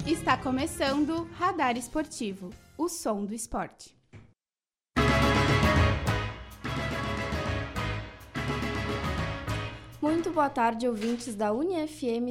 Está começando Radar Esportivo, o som do esporte. Muito boa tarde, ouvintes da UniFM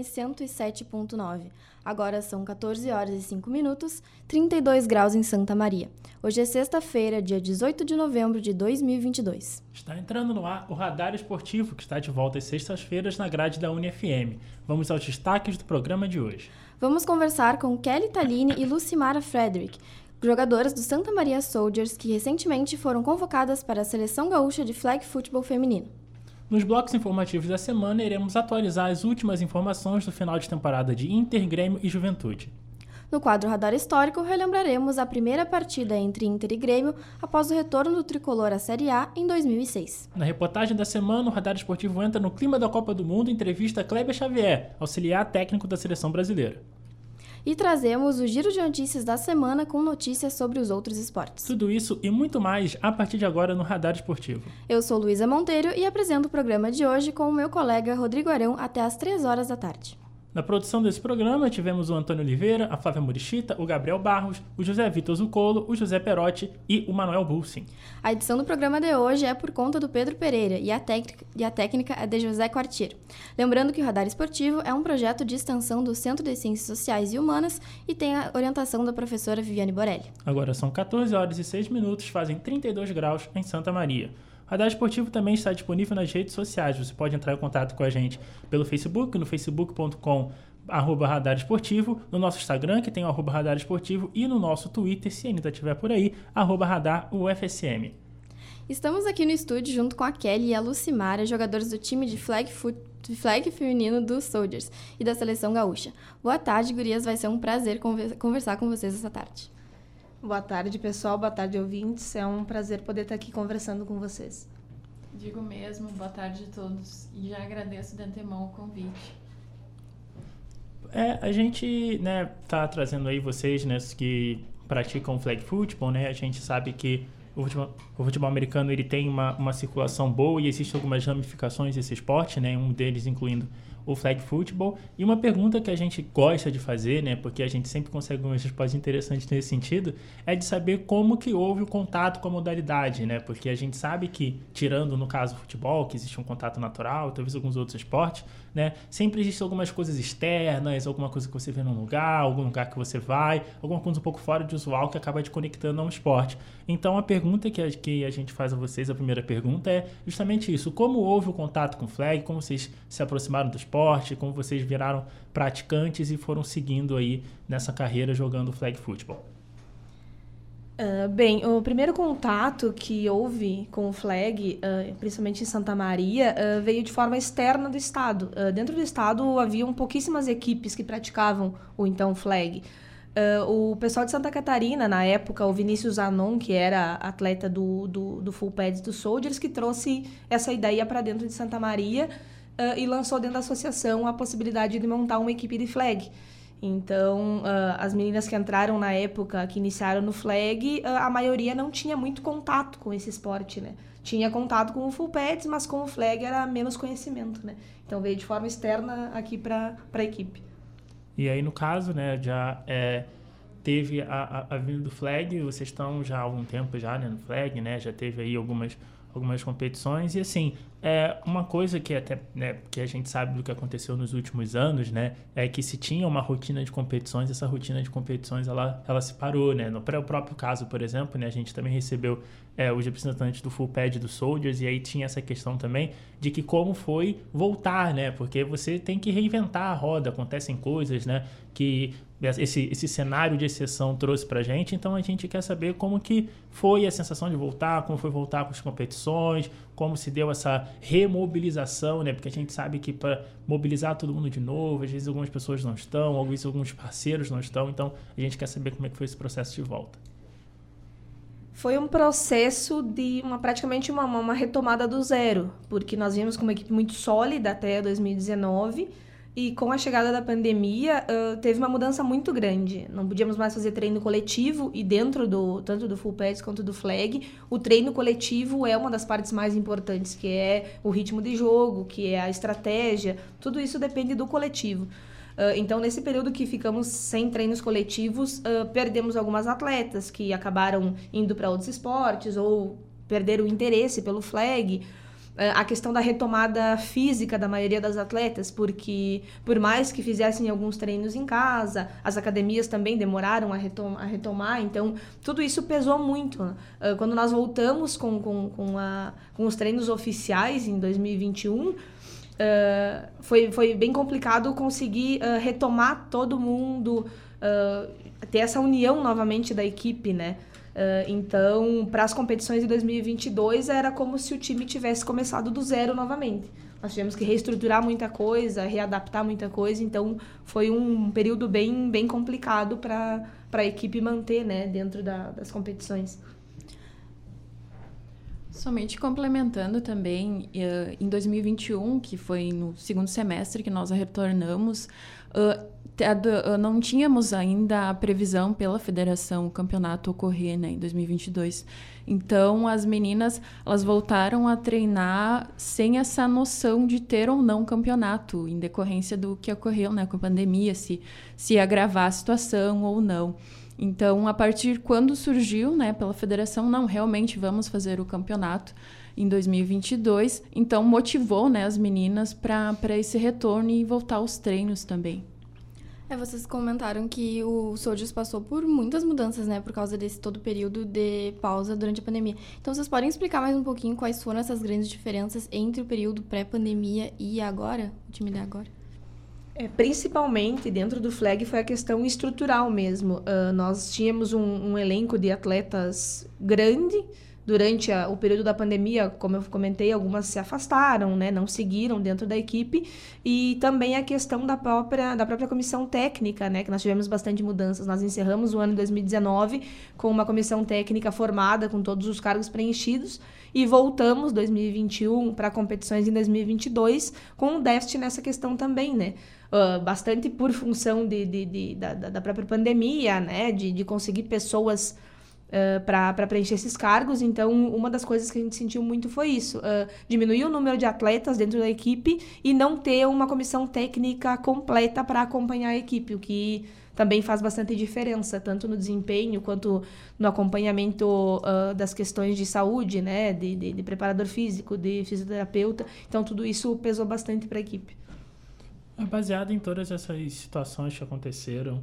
107.9. Agora são 14 horas e 5 minutos, 32 graus em Santa Maria. Hoje é sexta-feira, dia 18 de novembro de 2022. Está entrando no ar o Radar Esportivo, que está de volta às sextas-feiras na grade da UniFM. Vamos aos destaques do programa de hoje. Vamos conversar com Kelly Tallini e Lucimara Frederick, jogadoras do Santa Maria Soldiers, que recentemente foram convocadas para a Seleção Gaúcha de Flag Football feminino. Nos blocos informativos da semana, iremos atualizar as últimas informações do final de temporada de Inter, Grêmio e Juventude. No quadro Radar Histórico, relembraremos a primeira partida entre Inter e Grêmio após o retorno do tricolor à Série A em 2006. Na reportagem da semana, o Radar Esportivo entra no clima da Copa do Mundo e entrevista Kleber Xavier, auxiliar técnico da Seleção Brasileira. E trazemos o giro de notícias da semana com notícias sobre os outros esportes. Tudo isso e muito mais a partir de agora no Radar Esportivo. Eu sou Luísa Monteiro e apresento o programa de hoje com o meu colega Rodrigo Arão até às 3 horas da tarde. Na produção desse programa tivemos o Antônio Oliveira, a Flávia Murichita, o Gabriel Barros, o José Vitor Zucolo, o José Perotti e o Manuel Bulsin. A edição do programa de hoje é por conta do Pedro Pereira e a técnica é de José Quartier. Lembrando que o Radar Esportivo é um projeto de extensão do Centro de Ciências Sociais e Humanas e tem a orientação da professora Viviane Borelli. Agora são 14 horas e 6 minutos, fazem 32 graus em Santa Maria. O Radar Esportivo também está disponível nas redes sociais. Você pode entrar em contato com a gente pelo Facebook, no facebook.com/Radar Esportivo, no nosso Instagram, que tem o @Radar Esportivo, e no nosso Twitter, se ainda estiver por aí, @Radar UFSM. Estamos aqui no estúdio junto com a Kelly e a Lucimara, jogadores do time de flag feminino dos Soldiers e da Seleção Gaúcha. Boa tarde, gurias. Vai ser um prazer conversar com vocês essa tarde. Boa tarde, pessoal. Boa tarde, ouvintes. É um prazer poder estar aqui conversando com vocês. Digo mesmo, boa tarde a todos. E já agradeço de antemão o convite. A gente, tá trazendo aí vocês, que praticam flag football, A gente sabe que o futebol americano ele tem uma circulação boa e existem algumas ramificações desse esporte, um deles incluindo o flag football. E uma pergunta que a gente gosta de fazer, porque a gente sempre consegue algumas respostas interessantes nesse sentido, é de saber como que houve o contato com a modalidade, Porque a gente sabe que, tirando no caso o futebol, que existe um contato natural, talvez alguns outros esportes, sempre existem algumas coisas externas, alguma coisa que você vê num lugar, algum lugar que você vai, alguma coisa um pouco fora de usual que acaba te conectando a um esporte. Então a pergunta que a gente faz a vocês, a primeira pergunta é justamente isso: como houve o contato com o flag, como vocês se aproximaram do esporte, como vocês viraram praticantes e foram seguindo aí nessa carreira jogando flag football? Bem, o primeiro contato que houve com o flag, principalmente em Santa Maria, veio de forma externa do estado. Dentro do estado haviam pouquíssimas equipes que praticavam o então flag. O pessoal de Santa Catarina, na época, o Vinícius Zanon, que era atleta do Full Pads do Soldiers, que trouxe essa ideia para dentro de Santa Maria e lançou dentro da associação a possibilidade de montar uma equipe de flag. Então, as meninas que entraram na época, que iniciaram no flag, a maioria não tinha muito contato com esse esporte, Tinha contato com o Full Pads, mas com o flag era menos conhecimento, Então, veio de forma externa aqui para a equipe. E aí, no caso, já teve a vinda do flag, vocês estão já há algum tempo já, no flag, já teve aí algumas competições, e assim, uma coisa que até, que a gente sabe do que aconteceu nos últimos anos, é que se tinha uma rotina de competições, essa rotina de competições, ela se parou, No próprio caso, por exemplo, a gente também recebeu os representantes do Full Pad do Soldiers, e aí tinha essa questão também de que como foi voltar, porque você tem que reinventar a roda, acontecem coisas, que esse cenário de exceção trouxe pra gente, então a gente quer saber como que foi a sensação de voltar, como foi voltar com as competições, como se deu essa remobilização, porque a gente sabe que para mobilizar todo mundo de novo, às vezes algumas pessoas não estão, às vezes alguns parceiros não estão, então a gente quer saber como é que foi esse processo de volta. Foi um processo de praticamente uma retomada do zero, porque nós vimos com uma equipe muito sólida até 2019, e com a chegada da pandemia teve uma mudança muito grande. Não podíamos mais fazer treino coletivo, e dentro tanto do Full Pads quanto do Flag, o treino coletivo é uma das partes mais importantes, que é o ritmo de jogo, que é a estratégia, tudo isso depende do coletivo. Então, nesse período que ficamos sem treinos coletivos, perdemos algumas atletas que acabaram indo para outros esportes ou perderam o interesse pelo flag. A questão da retomada física da maioria das atletas, porque por mais que fizessem alguns treinos em casa, as academias também demoraram a retomar, então tudo isso pesou muito. Quando nós voltamos com os treinos oficiais em 2021, foi bem complicado conseguir retomar todo mundo, ter essa união novamente da equipe, né? Então, para as competições de 2022, era como se o time tivesse começado do zero novamente. Nós tivemos que reestruturar muita coisa, readaptar muita coisa, então foi um período bem complicado para a equipe manter, né, dentro das competições. Somente complementando também, em 2021, que foi no segundo semestre que nós retornamos, não tínhamos ainda a previsão pela federação o campeonato ocorrer, né, em 2022. Então, as meninas elas voltaram a treinar sem essa noção de ter ou não campeonato, em decorrência do que ocorreu, né, com a pandemia, se ia agravar a situação ou não. Então, a partir quando surgiu, né, pela federação, não, realmente vamos fazer o campeonato em 2022. Então, motivou, né, as meninas para esse retorno e voltar aos treinos também. Vocês comentaram que o Soldiers passou por muitas mudanças, né, por causa desse todo período de pausa durante a pandemia. Então, vocês podem explicar mais um pouquinho quais foram essas grandes diferenças entre o período pré-pandemia e agora, o time de agora? Principalmente dentro do flag foi a questão estrutural mesmo. Nós tínhamos um elenco de atletas grande. Durante o período da pandemia, como eu comentei, algumas se afastaram, né, não seguiram dentro da equipe. E também a questão da própria comissão técnica, né, que nós tivemos bastante mudanças. Nós encerramos o ano de 2019 com uma comissão técnica formada, com todos os cargos preenchidos, e voltamos 2021 para competições em 2022 com um déficit nessa questão também, né? Bastante por função da própria pandemia, né, de conseguir pessoas para preencher esses cargos. Então, uma das coisas que a gente sentiu muito foi isso, diminuir o número de atletas dentro da equipe e não ter uma comissão técnica completa para acompanhar a equipe, o que também faz bastante diferença, tanto no desempenho quanto no acompanhamento das questões de saúde, né, de preparador físico, de fisioterapeuta. Então, tudo isso pesou bastante para a equipe. Baseado em todas essas situações que aconteceram,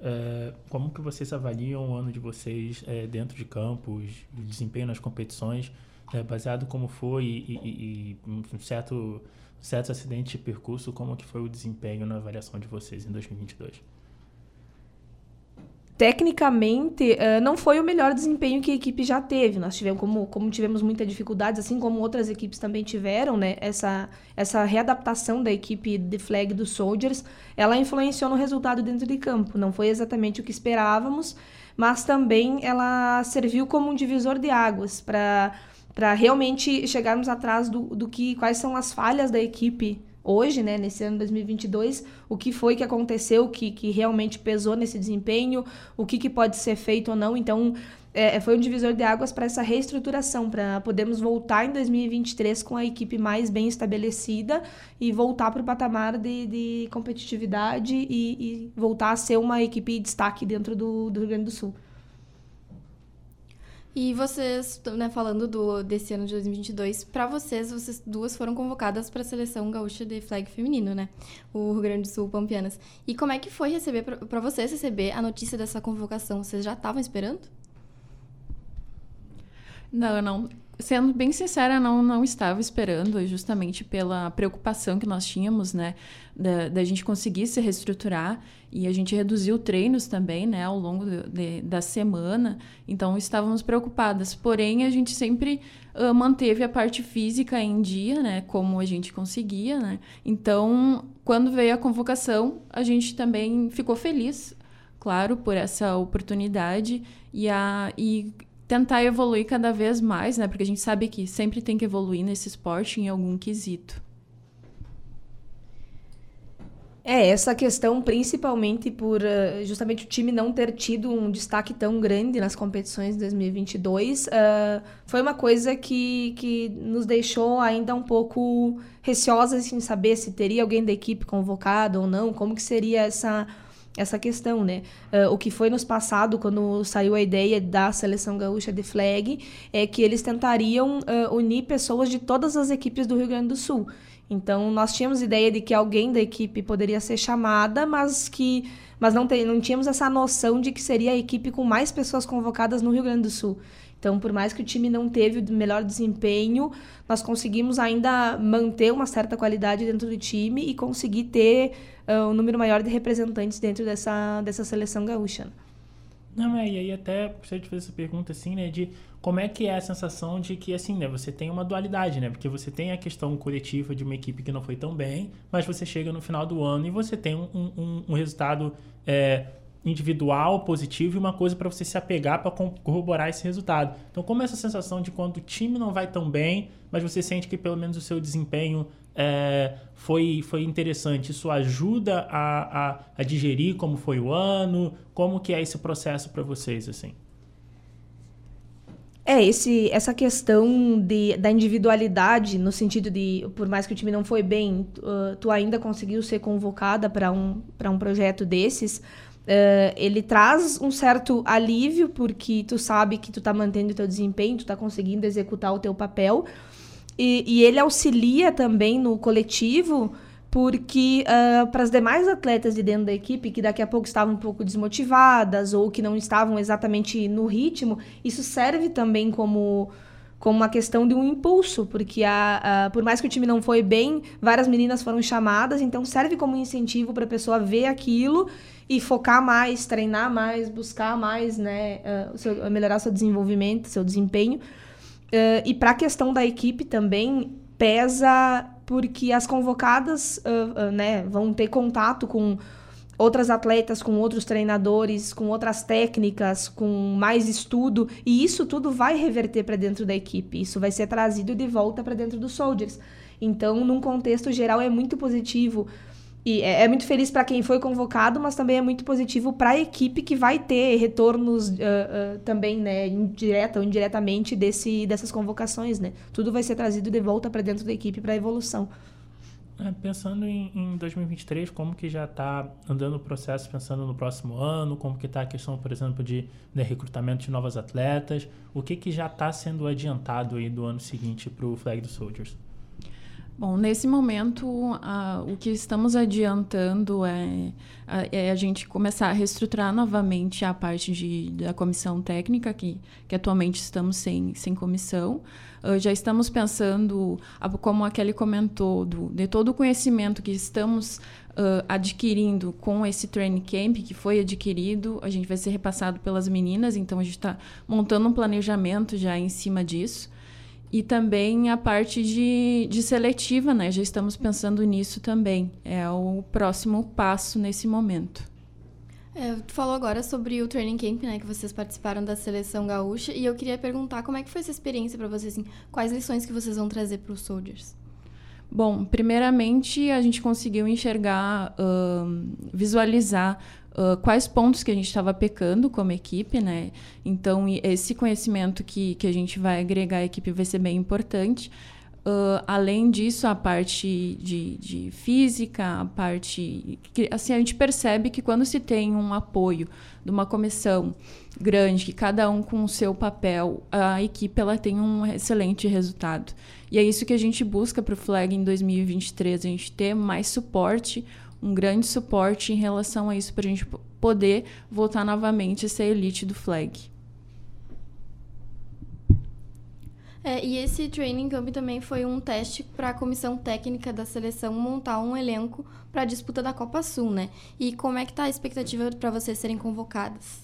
como que vocês avaliam o ano de vocês dentro de campos, o desempenho nas competições, baseado como foi e um certo acidente de percurso, como que foi o desempenho na avaliação de vocês em 2022? Tecnicamente, não foi o melhor desempenho que a equipe já teve. Nós tivemos, como tivemos muita dificuldade, assim como outras equipes também tiveram, né? Essa readaptação da equipe de flag dos Soldiers, ela influenciou no resultado dentro de campo. Não foi exatamente o que esperávamos, mas também ela serviu como um divisor de águas para realmente chegarmos atrás quais são as falhas da equipe hoje, né, nesse ano 2022, o que foi que aconteceu, que realmente pesou nesse desempenho, o que pode ser feito ou não. Então, foi um divisor de águas para essa reestruturação, para podermos voltar em 2023 com a equipe mais bem estabelecida e voltar para o patamar de competitividade e voltar a ser uma equipe de destaque dentro do Rio Grande do Sul. E vocês, né, falando desse ano de 2022, para vocês duas foram convocadas para a seleção gaúcha de flag feminino, né? O Rio Grande do Sul, Pampianas. E como é que foi para vocês receber a notícia dessa convocação? Vocês já estavam esperando? Não. Sendo bem sincera, não estava esperando, justamente pela preocupação que nós tínhamos, né, da gente conseguir se reestruturar, e a gente reduziu treinos também, né, ao longo da semana. Então, estávamos preocupadas. Porém, a gente sempre manteve a parte física em dia, né, como a gente conseguia, né. Então, quando veio a convocação, a gente também ficou feliz, claro, por essa oportunidade e tentar evoluir cada vez mais, né? Porque a gente sabe que sempre tem que evoluir nesse esporte em algum quesito. Essa questão, principalmente por justamente o time não ter tido um destaque tão grande nas competições de 2022, foi uma coisa que nos deixou ainda um pouco receosas em saber se teria alguém da equipe convocado ou não, como que seria essa questão, né? O que foi nos passado, quando saiu a ideia da Seleção Gaúcha de Flag, é que eles tentariam unir pessoas de todas as equipes do Rio Grande do Sul. Então, nós tínhamos ideia de que alguém da equipe poderia ser chamada, mas não tínhamos essa noção de que seria a equipe com mais pessoas convocadas no Rio Grande do Sul. Então, por mais que o time não teve o melhor desempenho, nós conseguimos ainda manter uma certa qualidade dentro do time e conseguir ter um número maior de representantes dentro dessa seleção gaúcha. Não, e aí até gostaria de fazer essa pergunta, assim, né, de como é que é a sensação de que, assim, né, você tem uma dualidade, né, porque você tem a questão coletiva de uma equipe que não foi tão bem, mas você chega no final do ano e você tem um resultado individual, positivo, e uma coisa para você se apegar para corroborar esse resultado. Então, como é essa sensação de quando o time não vai tão bem, mas você sente que pelo menos o seu desempenho foi interessante? Isso ajuda a digerir como foi o ano? Como que é esse processo para vocês, assim? Essa questão da individualidade, no sentido de, por mais que o time não foi bem, tu ainda conseguiu ser convocada para um projeto desses, ele traz um certo alívio, porque tu sabe que tu tá mantendo o teu desempenho, tu tá conseguindo executar o teu papel, e ele auxilia também no coletivo, porque para as demais atletas de dentro da equipe, que daqui a pouco estavam um pouco desmotivadas ou que não estavam exatamente no ritmo, isso serve também como uma questão de um impulso, porque por mais que o time não foi bem, várias meninas foram chamadas, então serve como incentivo para a pessoa ver aquilo e focar mais, treinar mais, buscar mais, né, melhorar seu desenvolvimento, seu desempenho. E para a questão da equipe também pesa, porque as convocadas né, vão ter contato com outras atletas, com outros treinadores, com outras técnicas, com mais estudo, e isso tudo vai reverter para dentro da equipe, isso vai ser trazido de volta para dentro dos Soldiers. Então, num contexto geral, é muito positivo, e é muito feliz para quem foi convocado, mas também é muito positivo para a equipe, que vai ter retornos também, né, direta ou indiretamente dessas convocações, né? Tudo vai ser trazido de volta para dentro da equipe para a evolução. Pensando em 2023, como que já está andando o processo, pensando no próximo ano, como que está a questão, por exemplo, de recrutamento de novas atletas, o que já está sendo adiantado aí do ano seguinte para o Flag dos Soldiers? Bom, nesse momento, o que estamos adiantando é a gente começar a reestruturar novamente a parte da comissão técnica, que atualmente estamos sem comissão. Já estamos pensando, como a Kelly comentou, de todo o conhecimento que estamos adquirindo com esse training camp que foi adquirido, a gente vai ser repassado pelas meninas, então a gente está montando um planejamento já em cima disso. E também a parte de seletiva, né? Já estamos pensando nisso também. É o próximo passo nesse momento. Tu falou agora sobre o training camp, né? Que vocês participaram da Seleção Gaúcha. E eu queria perguntar como é que foi essa experiência para vocês, assim, quais lições que vocês vão trazer para os Soldiers? Bom, primeiramente a gente conseguiu enxergar, visualizar quais pontos que a gente estava pecando como equipe, né? Então, esse conhecimento que a gente vai agregar à equipe vai ser bem importante. Além disso, a parte de física, a parte... Assim, a gente percebe que quando se tem um apoio de uma comissão grande, que cada um com o seu papel, a equipe ela tem um excelente resultado. E é isso que a gente busca para o Flag em 2023, a gente ter mais suporte, um grande suporte em relação a isso, para a gente poder voltar novamente a ser a elite do Flag. E esse training camp também foi um teste para a comissão técnica da seleção montar um elenco para a disputa da Copa Sul, né? E como é que está a expectativa para vocês serem convocadas?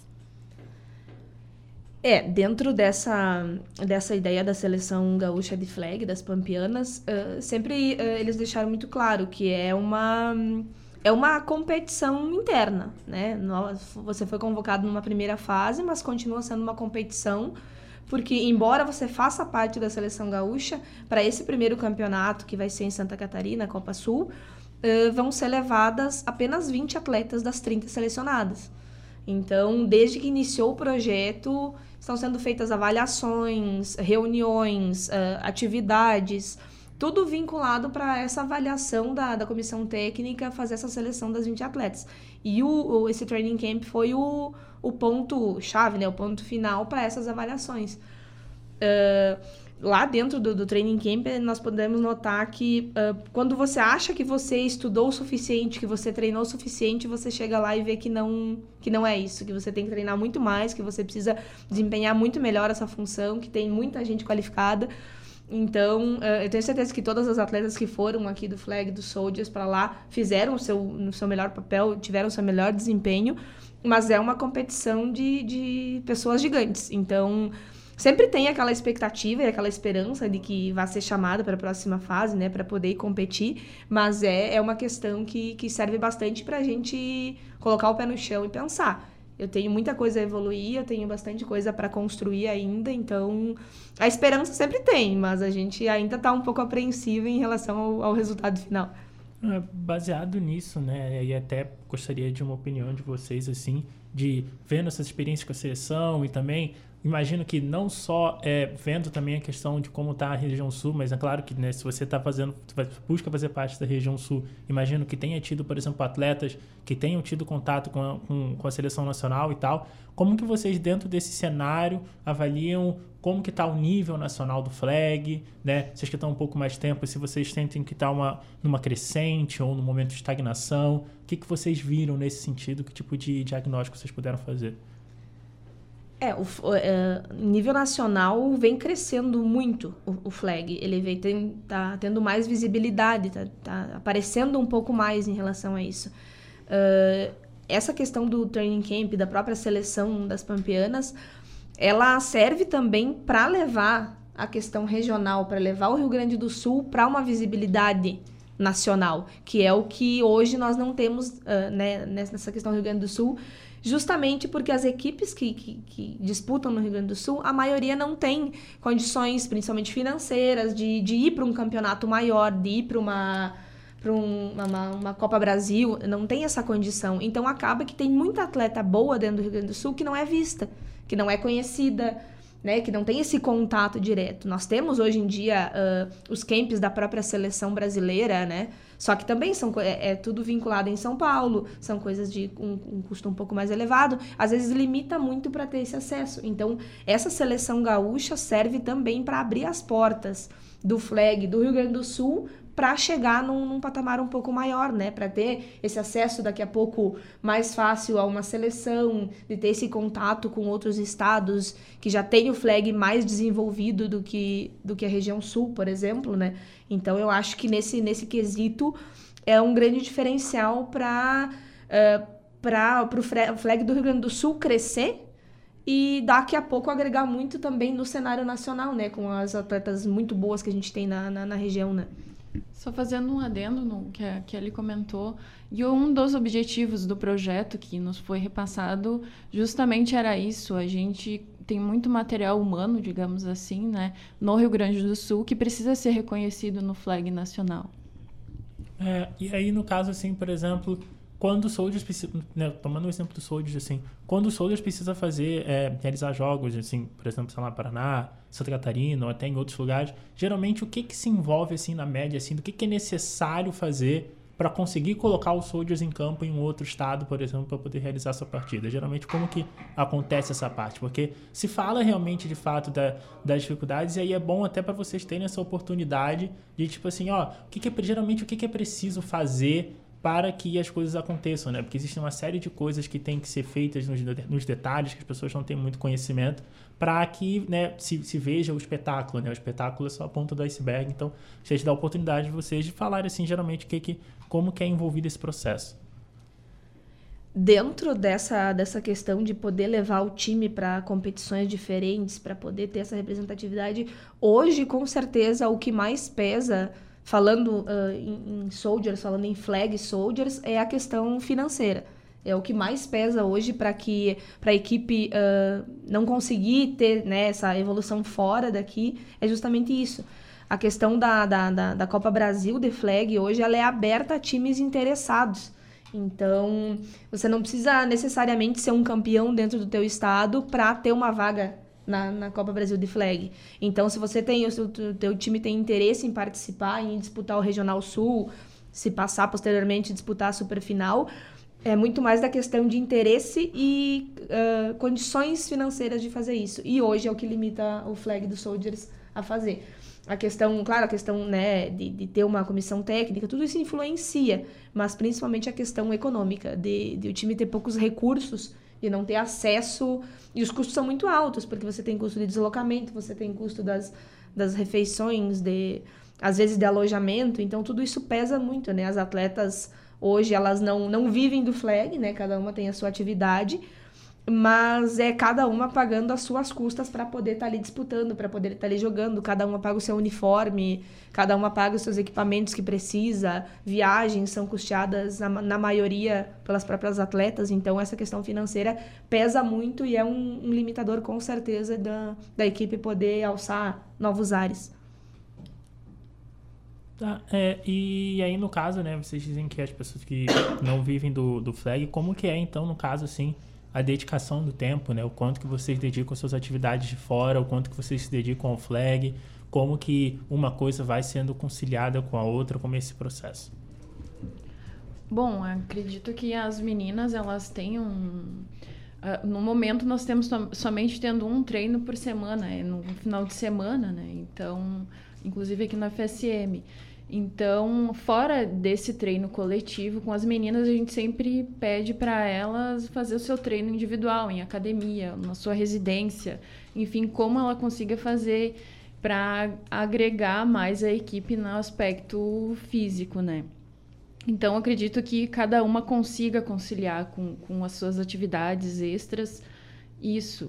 Dentro dessa ideia da seleção gaúcha de flag, das pampianas, sempre eles deixaram muito claro que é uma competição interna, né? Você foi convocado numa primeira fase, mas continua sendo uma competição, porque embora você faça parte da seleção gaúcha, para esse primeiro campeonato, que vai ser em Santa Catarina, Copa Sul, vão ser levadas apenas 20 atletas das 30 selecionadas. Então, desde que iniciou o projeto, estão sendo feitas avaliações, reuniões, atividades, tudo vinculado para essa avaliação da comissão técnica, fazer essa seleção das 20 atletas. E esse training camp foi o ponto-chave, né? O ponto final para essas avaliações. Lá dentro do training camp, nós podemos notar que quando você acha que você estudou o suficiente, que você treinou o suficiente, você chega lá e vê que não é isso, que você tem que treinar muito mais, que você precisa desempenhar muito melhor essa função, que tem muita gente qualificada. Então, eu tenho certeza que todas as atletas que foram aqui do Flag, do Soldiers para lá, fizeram o seu melhor papel, tiveram o seu melhor desempenho, mas é uma competição de pessoas gigantes. Então, sempre tem aquela expectativa e aquela esperança de que vai ser chamada para a próxima fase, né, para poder competir, mas é uma questão que serve bastante para a gente colocar o pé no chão e pensar. Eu tenho muita coisa a evoluir, eu tenho bastante coisa para construir ainda, então a esperança sempre tem, mas a gente ainda está um pouco apreensiva em relação ao resultado final. Baseado nisso, né, e até gostaria de uma opinião de vocês, assim, de vendo essas experiências com a seleção e também imagino que não só vendo também a questão de como está a região sul, mas é claro que, né, se você busca fazer parte da região sul, imagino que tenha tido, por exemplo, atletas que tenham tido contato com a seleção nacional e tal. Como que vocês, dentro desse cenário, avaliam como que está o nível nacional do Flag, né? Vocês que estão um pouco mais tempo, se vocês sentem que está numa crescente ou num momento de estagnação, o que vocês viram nesse sentido? Que tipo de diagnóstico vocês puderam fazer? O nível nacional vem crescendo muito o Flag. Ele tá tendo mais visibilidade, tá aparecendo um pouco mais em relação a isso. Essa questão do training camp, da própria seleção das pampeanas, ela serve também para levar a questão regional, para levar o Rio Grande do Sul para uma visibilidade nacional, que é o que hoje nós não temos né, nessa questão do Rio Grande do Sul, justamente porque as equipes que disputam no Rio Grande do Sul, a maioria não tem condições, principalmente financeiras, de ir para um campeonato maior, de ir para uma Copa Brasil, não tem essa condição. Então, acaba que tem muita atleta boa dentro do Rio Grande do Sul que não é vista, que não é conhecida, né, que não tem esse contato direto. Nós temos, hoje em dia, os camps da própria seleção brasileira, né? Só que também é tudo vinculado em São Paulo, são coisas de um custo um pouco mais elevado, às vezes limita muito para ter esse acesso. Então, essa seleção gaúcha serve também para abrir as portas do Flag do Rio Grande do Sul para chegar num patamar um pouco maior, né? Para ter esse acesso daqui a pouco mais fácil a uma seleção, de ter esse contato com outros estados que já tem o Flag mais desenvolvido do que a região sul, por exemplo, né? Então, eu acho que nesse quesito é um grande diferencial para o Flag do Rio Grande do Sul crescer e daqui a pouco agregar muito também no cenário nacional, né? Com as atletas muito boas que a gente tem na região, né? Só fazendo um adendo no que a Kelly comentou, e um dos objetivos do projeto que nos foi repassado justamente era isso. A gente tem muito material humano, digamos assim, né, no Rio Grande do Sul, que precisa ser reconhecido no Flag nacional. E aí, no caso, assim, por exemplo, quando o Soldiers precisa, né, tomando o exemplo do Soldiers, assim, quando o Soldiers precisa realizar jogos, assim, por exemplo, sei lá, Paraná, Santa Catarina ou até em outros lugares, geralmente o que se envolve, assim, na média, assim, do que é necessário fazer para conseguir colocar os Soldiers em campo em um outro estado, por exemplo, para poder realizar essa partida? Geralmente, como que acontece essa parte? Porque se fala realmente, de fato, das dificuldades, e aí é bom até para vocês terem essa oportunidade de, tipo assim, geralmente o que é preciso fazer para que as coisas aconteçam, né? Porque existe uma série de coisas que tem que ser feitas nos detalhes, que as pessoas não têm muito conhecimento, para que, né, se veja o espetáculo, né? O espetáculo é só a ponta do iceberg. Então, a gente dá a oportunidade de vocês de falarem, assim, geralmente, como que é envolvido esse processo. Dentro dessa questão de poder levar o time para competições diferentes, para poder ter essa representatividade, hoje, com certeza, o que mais pesa, falando em Soldiers, falando em Flag Soldiers, é a questão financeira. É o que mais pesa hoje para a equipe não conseguir ter, né, essa evolução fora daqui, é justamente isso. A questão da Copa Brasil de Flag hoje, ela é aberta a times interessados. Então, você não precisa necessariamente ser um campeão dentro do teu estado para ter uma vaga na Copa Brasil de Flag. Então, se você tem, o teu time tem interesse em participar, em disputar o Regional Sul, se passar posteriormente disputar a Superfinal, é muito mais da questão de interesse e condições financeiras de fazer isso. E hoje é o que limita o Flag dos Soldiers a fazer. A questão, claro, né, de ter uma comissão técnica, tudo isso influencia, mas principalmente a questão econômica, de o time ter poucos recursos, de não ter acesso, e os custos são muito altos, porque você tem custo de deslocamento, você tem custo das refeições, às vezes de alojamento, então tudo isso pesa muito, né? As atletas hoje, elas não vivem do Flag, né? Cada uma tem a sua atividade, mas é cada uma pagando as suas custas para poder estar ali disputando, para poder estar ali jogando. Cada uma paga o seu uniforme, cada uma paga os seus equipamentos que precisa, viagens são custeadas na maioria pelas próprias atletas, então essa questão financeira pesa muito e é um limitador com certeza da equipe poder alçar novos ares. Tá, e aí no caso, né, vocês dizem que as pessoas que não vivem do Flag, como que é então no caso assim a dedicação do tempo, né? O quanto que vocês dedicam às suas atividades de fora, o quanto que vocês se dedicam ao Flag, como que uma coisa vai sendo conciliada com a outra, como é esse processo? Bom, acredito que as meninas, elas têm no momento nós temos somente tendo um treino por semana, no final de semana, né? Então, inclusive aqui na FSM. Então, fora desse treino coletivo com as meninas, a gente sempre pede para elas fazer o seu treino individual, em academia, na sua residência, enfim, como ela consiga fazer para agregar mais a equipe no aspecto físico, né? Então, acredito que cada uma consiga conciliar com as suas atividades extras isso.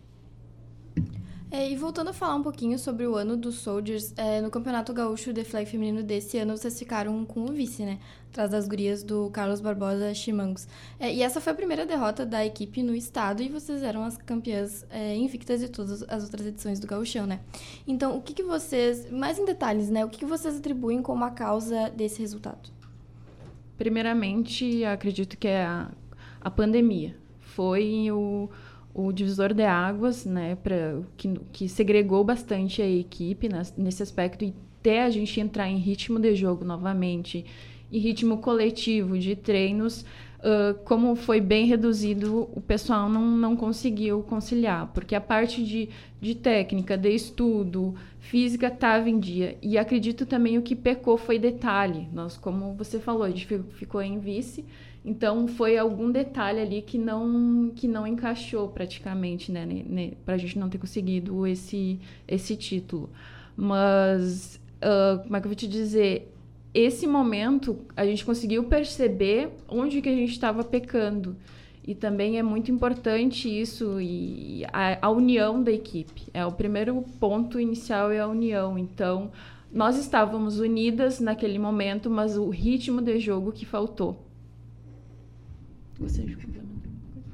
E voltando a falar um pouquinho sobre o ano dos Soldiers, no Campeonato Gaúcho de Flag Feminino desse ano, vocês ficaram com o vice, né? Atrás das gurias do Carlos Barbosa Chimangos. E essa foi a primeira derrota da equipe no estado e vocês eram as campeãs invictas de todas as outras edições do Gauchão, né? Então, o que vocês, mais em detalhes, né? O que vocês atribuem como a causa desse resultado? Primeiramente, acredito que é a pandemia. Foi o divisor de águas, né, que segregou bastante a equipe nesse aspecto e até a gente entrar em ritmo de jogo novamente, em ritmo coletivo de treinos, como foi bem reduzido, o pessoal não conseguiu conciliar, porque a parte de técnica, de estudo, física estava em dia. E acredito também o que pecou foi detalhe. Nós, como você falou, a gente ficou em vice, então foi algum detalhe ali que não encaixou praticamente, né, para a gente não ter conseguido esse título. Mas, como é que eu vou te dizer? Esse momento, a gente conseguiu perceber onde que a gente estava pecando. E também é muito importante isso, e a união da equipe. O primeiro ponto inicial é a união. Então, nós estávamos unidas naquele momento, mas o ritmo de jogo que faltou. Você de complementar?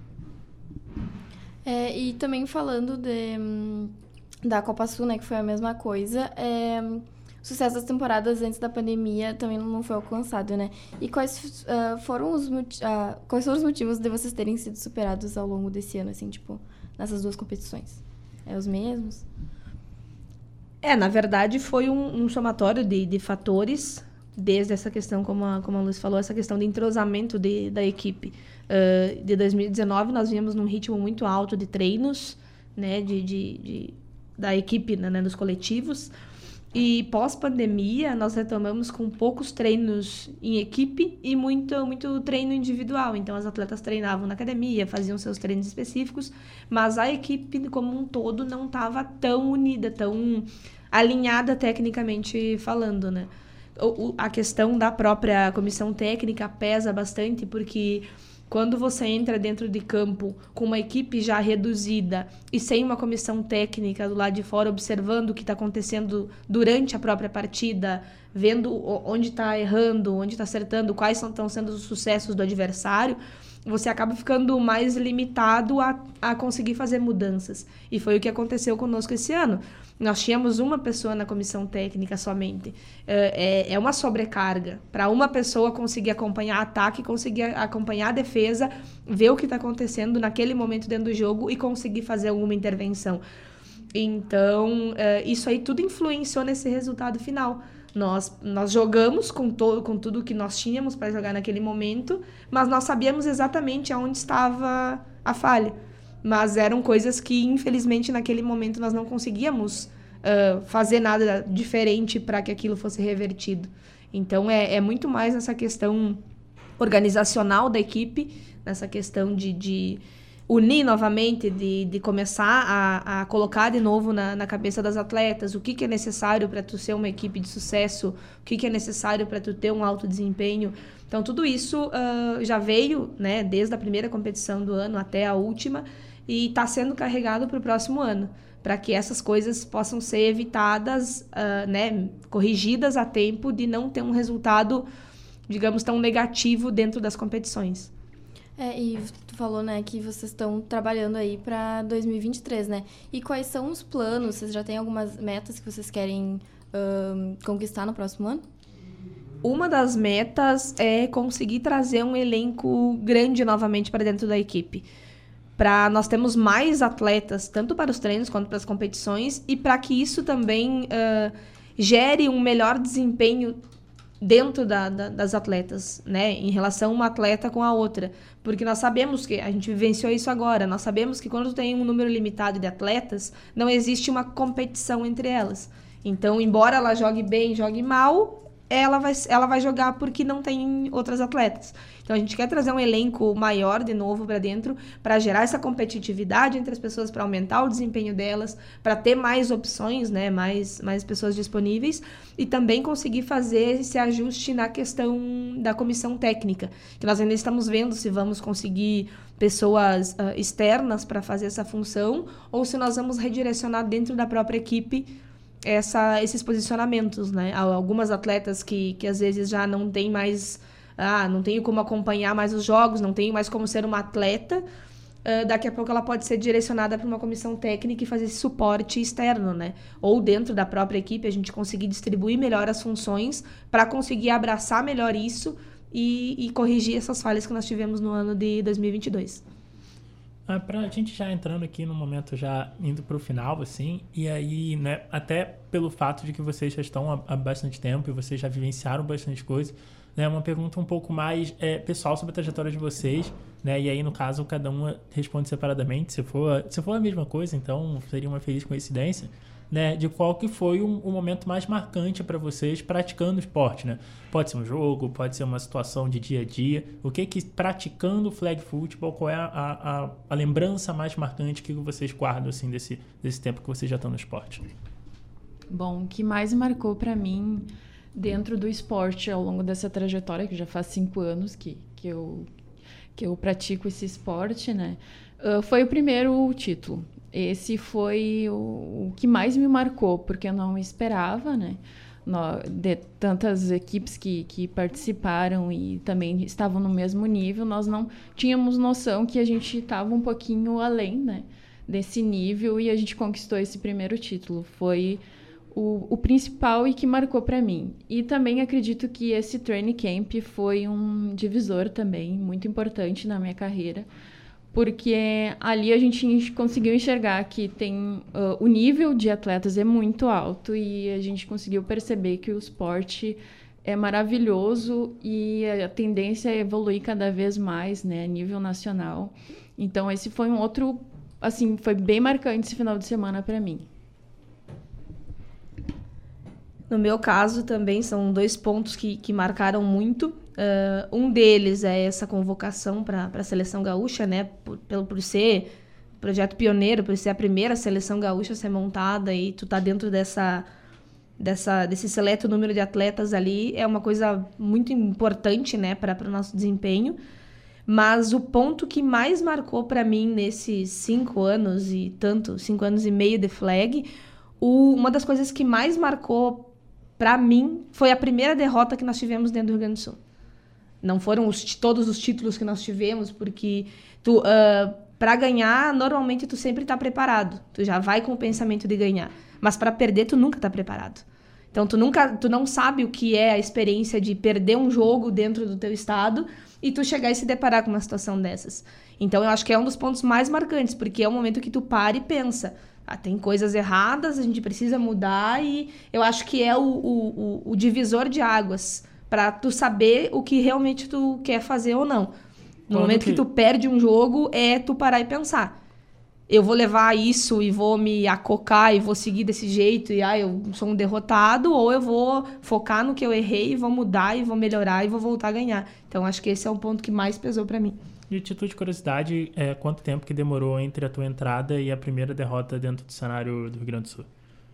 E também falando da Copa Sul, né, que foi a mesma coisa, o sucesso das temporadas antes da pandemia também não foi alcançado, né? E quais foram os motivos de vocês terem sido superados ao longo desse ano, assim, tipo, nessas duas competições? Os mesmos? Na verdade, foi um somatório de fatores, desde essa questão, como a Luz falou, essa questão de entrosamento da equipe. De 2019, nós vínhamos num ritmo muito alto de treinos, né, da equipe, né, dos coletivos. E pós-pandemia, nós retomamos com poucos treinos em equipe e muito treino individual. Então, as atletas treinavam na academia, faziam seus treinos específicos, mas a equipe como um todo não estava tão unida, tão alinhada tecnicamente falando, né? A questão da própria comissão técnica pesa bastante, porque quando você entra dentro de campo com uma equipe já reduzida e sem uma comissão técnica do lado de fora observando o que está acontecendo durante a própria partida, vendo onde está errando, onde está acertando, quais estão sendo os sucessos do adversário, você acaba ficando mais limitado a conseguir fazer mudanças. E foi o que aconteceu conosco esse ano. Nós tínhamos uma pessoa na comissão técnica somente. É uma sobrecarga. Para uma pessoa conseguir acompanhar ataque, conseguir acompanhar a defesa, ver o que está acontecendo naquele momento dentro do jogo e conseguir fazer alguma intervenção. Então, isso aí tudo influenciou nesse resultado final. Nós jogamos com tudo que nós tínhamos para jogar naquele momento, mas nós sabíamos exatamente aonde estava a falha. Mas eram coisas que, infelizmente, naquele momento nós não conseguíamos fazer nada diferente para que aquilo fosse revertido. Então, é muito mais nessa questão organizacional da equipe, nessa questão de unir novamente, de começar a colocar de novo na cabeça das atletas o que é necessário para tu ser uma equipe de sucesso, o que é necessário para tu ter um alto desempenho. Então, tudo isso já veio, né, desde a primeira competição do ano até a última, e está sendo carregado para o próximo ano, para que essas coisas possam ser evitadas, né, corrigidas a tempo de não ter um resultado, digamos, tão negativo dentro das competições. E tu falou, né, que vocês estão trabalhando aí para 2023, né? E quais são os planos? Vocês já têm algumas metas que vocês querem conquistar no próximo ano? Uma das metas é conseguir trazer um elenco grande novamente para dentro da equipe. Nós temos mais atletas, tanto para os treinos quanto para as competições, e para que isso também gere um melhor desempenho dentro das atletas, né, em relação uma atleta com a outra, porque nós sabemos que a gente vivenciou isso agora, nós sabemos que quando tem um número limitado de atletas, não existe uma competição entre elas. Então, embora ela jogue bem, jogue mal, ela vai jogar porque não tem outras atletas. Então, a gente quer trazer um elenco maior de novo para dentro, para gerar essa competitividade entre as pessoas, para aumentar o desempenho delas, para ter mais opções, né, mais pessoas disponíveis, e também conseguir fazer esse ajuste na questão da comissão técnica, que nós ainda estamos vendo se vamos conseguir pessoas externas para fazer essa função, ou se nós vamos redirecionar dentro da própria equipe esses posicionamentos, né? Algumas atletas que às vezes já não tem mais, não tenho como acompanhar mais os jogos, não tenho mais como ser uma atleta, daqui a pouco ela pode ser direcionada para uma comissão técnica e fazer esse suporte externo, né? Ou dentro da própria equipe a gente conseguir distribuir melhor as funções para conseguir abraçar melhor isso e corrigir essas falhas que nós tivemos no ano de 2022. Para a gente já entrando aqui no momento, já indo para o final, assim, e aí, né, até pelo fato de que vocês já estão há bastante tempo e vocês já vivenciaram bastante coisa, né, uma pergunta um pouco mais pessoal sobre a trajetória de vocês, né, e aí, no caso, cada um responde separadamente, se for a mesma coisa, então seria uma feliz coincidência, né, de qual que foi o momento mais marcante para vocês praticando esporte, né? Pode ser um jogo, pode ser uma situação de dia a dia. O que praticando flag football, qual é a lembrança mais marcante que vocês guardam assim desse tempo que vocês já estão no esporte? Bom, o que mais marcou para mim dentro do esporte ao longo dessa trajetória, que já faz 5 anos que eu pratico esse esporte, né? Foi o primeiro título. Esse foi o que mais me marcou, porque eu não esperava, né? De tantas equipes que participaram e também estavam no mesmo nível, nós não tínhamos noção que a gente estava um pouquinho além, né, desse nível, e a gente conquistou esse primeiro título. Foi o principal e que marcou para mim. E também acredito que esse training camp foi um divisor também muito importante na minha carreira, porque ali a gente conseguiu enxergar que o nível de atletas é muito alto e a gente conseguiu perceber que o esporte é maravilhoso e a tendência é evoluir cada vez mais, né, a nível nacional. Então, esse foi um outro, assim, foi bem marcante esse final de semana para mim. No meu caso, também são 2 pontos que marcaram muito. Um deles é essa convocação para a seleção gaúcha, né? Por ser projeto pioneiro, por ser a primeira seleção gaúcha a ser montada e tu tá dentro desse seleto número de atletas ali, é uma coisa muito importante, né, para o nosso desempenho. Mas o ponto que mais marcou para mim nesses 5 anos 5 anos e meio de flag, uma das coisas que mais marcou para mim foi a primeira derrota que nós tivemos dentro do Rio Grande do Sul. Não foram todos os títulos que nós tivemos, porque para ganhar, normalmente tu sempre tá preparado. Tu já vai com o pensamento de ganhar. Mas para perder, tu nunca tá preparado. Então, tu não sabe o que é a experiência de perder um jogo dentro do teu estado e tu chegar e se deparar com uma situação dessas. Então, eu acho que é um dos pontos mais marcantes, porque é o momento que tu para e pensa, tem coisas erradas, a gente precisa mudar, e eu acho que é o divisor de águas para tu saber o que realmente tu quer fazer ou não. No momento que tu perde um jogo, é tu parar e pensar. Eu vou levar isso e vou me acocar e vou seguir desse jeito e eu sou um derrotado, ou eu vou focar no que eu errei e vou mudar e vou melhorar e vou voltar a ganhar. Então, acho que esse é o ponto que mais pesou pra mim. De título de curiosidade, quanto tempo que demorou entre a tua entrada e a primeira derrota dentro do cenário do Rio Grande do Sul?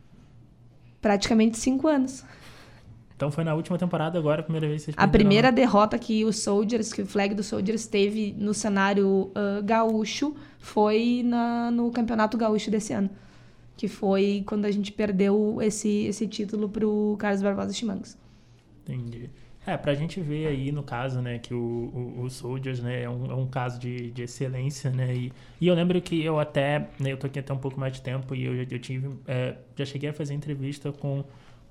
Praticamente 5 anos. Então foi na última temporada agora, a primeira vez que vocês perderam. A primeira derrota que o Flag do Soldiers teve no cenário gaúcho foi no Campeonato Gaúcho desse ano. Que foi quando a gente perdeu esse título pro Carlos Barbosa Chimangos. Entendi. Pra gente ver aí, no caso, né, que o Soldiers, né, é um caso de excelência, né, e eu lembro que eu até, né, eu tô aqui até um pouco mais de tempo e eu tive, já cheguei a fazer entrevista com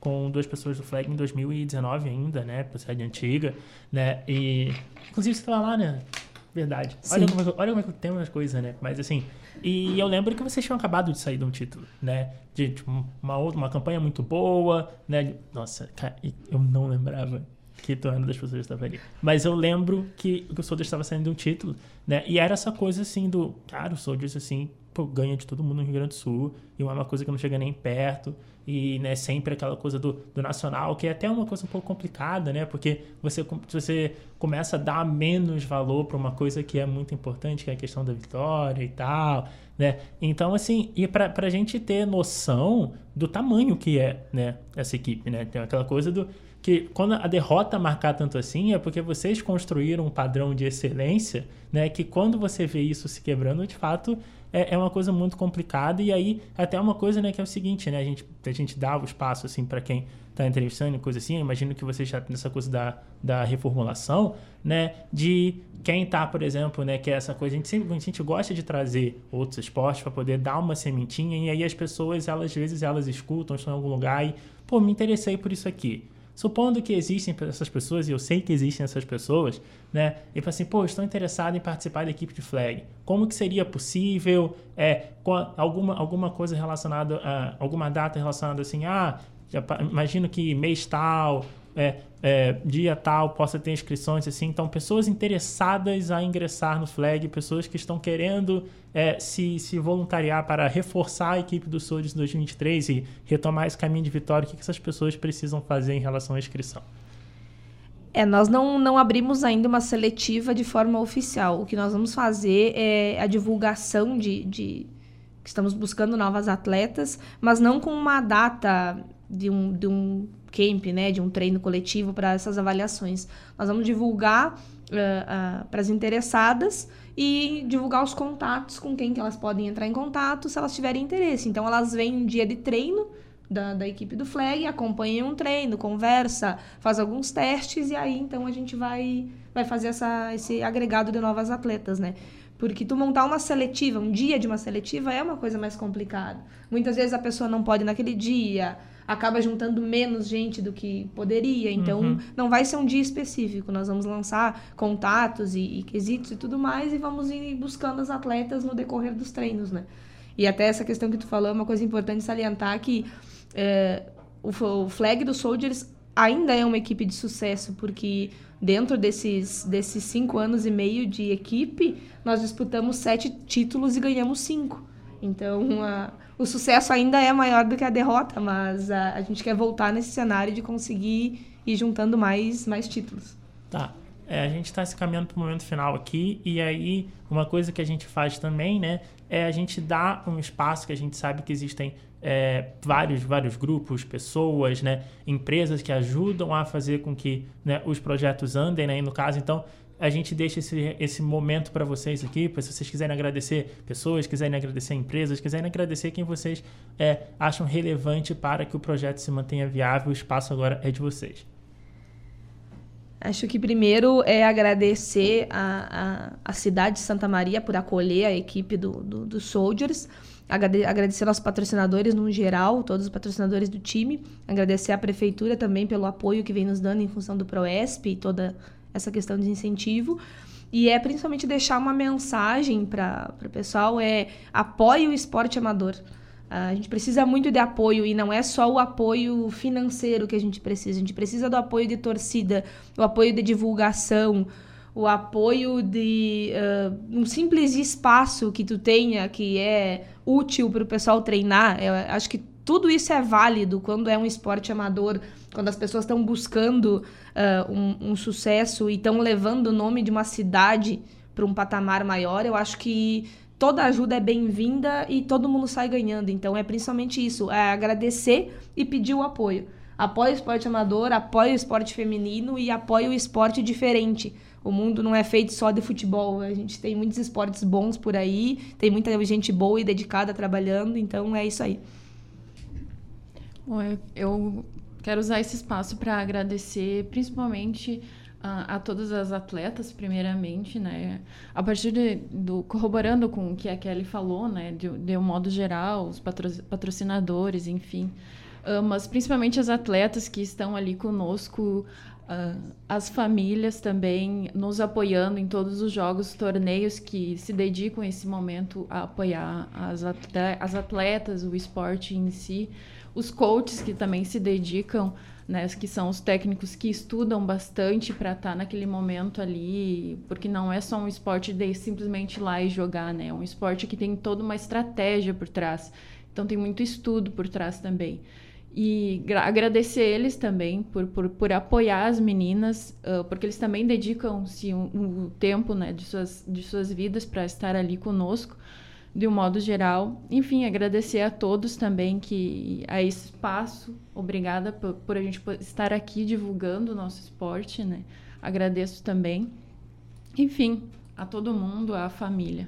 2 pessoas do Flag em 2019 ainda, né, pra sede antiga, né, e inclusive você tava lá, né, verdade. Olha como é que tem umas coisas, né, mas assim, e eu lembro que vocês tinham acabado de sair de um título, né, de uma campanha muito boa, né, nossa, cara, eu não lembrava que tu era uma das pessoas que estava ali. Mas eu lembro que o Soldiers estava saindo de um título, né? E era essa coisa, assim, cara, o Soldiers, assim, ganha de todo mundo no Rio Grande do Sul, e é uma coisa que não chega nem perto, e, né, sempre aquela coisa do nacional, que é até uma coisa um pouco complicada, né? Porque você começa a dar menos valor para uma coisa que é muito importante, que é a questão da vitória e tal, né? Então, assim, e pra gente ter noção do tamanho que é, né, essa equipe, né? Tem aquela coisa que quando a derrota marcar tanto assim, é porque vocês construíram um padrão de excelência, né, que quando você vê isso se quebrando, de fato, é uma coisa muito complicada. E aí, até uma coisa, né, que é o seguinte, né, a gente dá o espaço, assim, para quem está entrevistando e coisa assim. Eu imagino que vocês já tem essa coisa da reformulação, né, de quem tá, por exemplo, né, que é essa coisa, a gente gosta de trazer outros esportes para poder dar uma sementinha, e aí as pessoas, às vezes, elas escutam, estão em algum lugar e, me interessei por isso aqui. Supondo que existem essas pessoas, e eu sei que existem essas pessoas, né? E fala assim, estou interessado em participar da equipe de Flag. Como que seria possível? Com alguma coisa relacionada a alguma data relacionada assim, imagino que mês tal, dia tal, possa ter inscrições assim. Então, pessoas interessadas a ingressar no Flag, pessoas que estão querendo se voluntariar para reforçar a equipe do Soldiers 2023 e retomar esse caminho de vitória. O que essas pessoas precisam fazer em relação à inscrição? Nós não abrimos ainda uma seletiva de forma oficial. O que nós vamos fazer é a divulgação que estamos buscando novas atletas, mas não com uma data de um camp, né, de um treino coletivo para essas avaliações. Nós vamos divulgar para as interessadas e divulgar os contatos com quem que elas podem entrar em contato se elas tiverem interesse. Então, elas vêm um dia de treino da equipe do Flag, acompanham um treino, conversa, faz alguns testes, e aí, então, a gente vai fazer esse agregado de novas atletas, né? Porque tu montar uma seletiva, um dia de uma seletiva, é uma coisa mais complicada. Muitas vezes a pessoa não pode naquele dia, acaba juntando menos gente do que poderia, então não vai ser um dia específico. Nós vamos lançar contatos e quesitos e tudo mais, e vamos ir buscando as atletas no decorrer dos treinos, né? E até essa questão que tu falou é uma coisa importante salientar, que o Flag do Soldiers ainda é uma equipe de sucesso, porque dentro desses 5 anos e meio de equipe, nós disputamos 7 títulos e ganhamos 5. Então, o sucesso ainda é maior do que a derrota, mas a gente quer voltar nesse cenário de conseguir ir juntando mais títulos. Tá. A gente está se caminhando para o momento final aqui, e aí uma coisa que a gente faz também, né, é a gente dar um espaço que a gente sabe que existem vários grupos, pessoas, né, empresas que ajudam a fazer com que, né, os projetos andem, né, e no caso, então, a gente deixa esse momento para vocês aqui, para se vocês quiserem agradecer pessoas, quiserem agradecer empresas, quiserem agradecer quem vocês acham relevante para que o projeto se mantenha viável, o espaço agora é de vocês. Acho que primeiro é agradecer a cidade de Santa Maria por acolher a equipe do Soldiers, agradecer aos patrocinadores no geral, todos os patrocinadores do time, agradecer à prefeitura também pelo apoio que vem nos dando em função do Proesp e toda essa questão de incentivo. E é principalmente deixar uma mensagem para o pessoal, apoie o esporte amador. A gente precisa muito de apoio e não é só o apoio financeiro que a gente precisa do apoio de torcida, o apoio de divulgação, o apoio de um simples espaço que tu tenha que é útil para o pessoal treinar. Eu acho que tudo isso é válido quando é um esporte amador, quando as pessoas estão buscando um sucesso e estão levando o nome de uma cidade para um patamar maior. Eu acho que toda ajuda é bem-vinda e todo mundo sai ganhando. Então, é principalmente isso, é agradecer e pedir o apoio. Apoie o esporte amador, apoie o esporte feminino e apoie o esporte diferente. O mundo não é feito só de futebol, a gente tem muitos esportes bons por aí, tem muita gente boa e dedicada trabalhando, então é isso aí. Bom, eu quero usar esse espaço para agradecer principalmente a todas as atletas, primeiramente, né? A partir corroborando com o que a Kelly falou, né? De um modo geral, os patrocinadores, enfim. Mas principalmente as atletas que estão ali conosco, as famílias também nos apoiando em todos os jogos, torneios que se dedicam esse momento a apoiar as atletas, o esporte em si. Os coaches que também se dedicam, né, que são os técnicos que estudam bastante para estar naquele momento ali, porque não é só um esporte de simplesmente ir lá e jogar, né? É um esporte que tem toda uma estratégia por trás. Então tem muito estudo por trás também. E agradecer eles também por apoiar as meninas, porque eles também dedicam-se um tempo, né, de suas vidas para estar ali conosco, de um modo geral. Enfim, agradecer a todos também a esse espaço. Obrigada por a gente estar aqui divulgando o nosso esporte, né? Agradeço também. Enfim, a todo mundo, à família.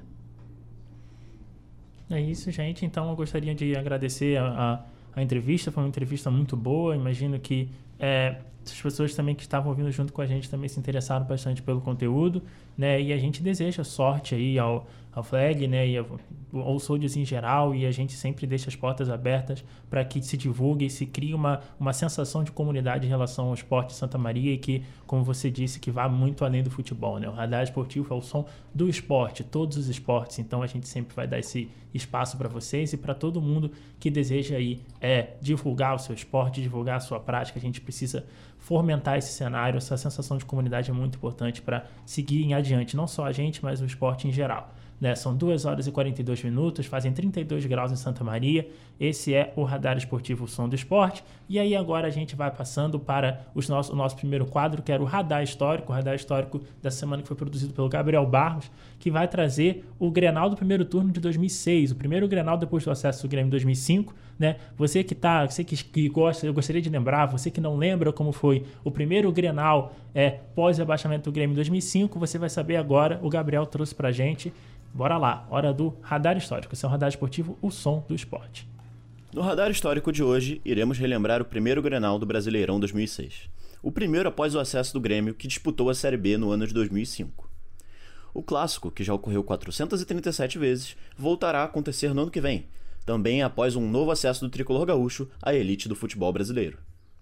É isso, gente. Então, eu gostaria de agradecer a entrevista. Foi uma entrevista muito boa. Imagino que as pessoas também que estavam ouvindo junto com a gente também se interessaram bastante pelo conteúdo, né? E a gente deseja sorte aí ao Flag, né? E ao Soldiers em geral, e a gente sempre deixa as portas abertas para que se divulgue e se crie uma sensação de comunidade em relação ao esporte de Santa Maria e que, como você disse, que vá muito além do futebol, né? O Radar Esportivo é o som do esporte, todos os esportes, então a gente sempre vai dar esse espaço para vocês e para todo mundo que deseja aí divulgar o seu esporte, divulgar a sua prática. A gente precisa fomentar esse cenário, essa sensação de comunidade é muito importante para seguir em adiante, não só a gente, mas o esporte em geral. Né? São 2 horas e 42 minutos, fazem 32 graus em Santa Maria. Esse é o Radar Esportivo, o som do esporte. E aí agora a gente vai passando para o nosso primeiro quadro, que era o Radar Histórico da semana, que foi produzido pelo Gabriel Barros, que vai trazer o Grenal do primeiro turno de 2006, o primeiro Grenal depois do acesso do Grêmio em 2005. Né? Você que gosta, eu gostaria de lembrar, você que não lembra como foi o primeiro Grenal pós-abaixamento do Grêmio em 2005, você vai saber agora. O Gabriel trouxe pra gente. Bora lá, hora do Radar Histórico. Esse é o Radar Esportivo, o som do esporte. No Radar Histórico de hoje, iremos relembrar o primeiro Grenal do Brasileirão 2006. O primeiro após o acesso do Grêmio, que disputou a Série B no ano de 2005. O clássico, que já ocorreu 437 vezes, voltará a acontecer no ano que vem, também após um novo acesso do tricolor gaúcho à elite do futebol brasileiro.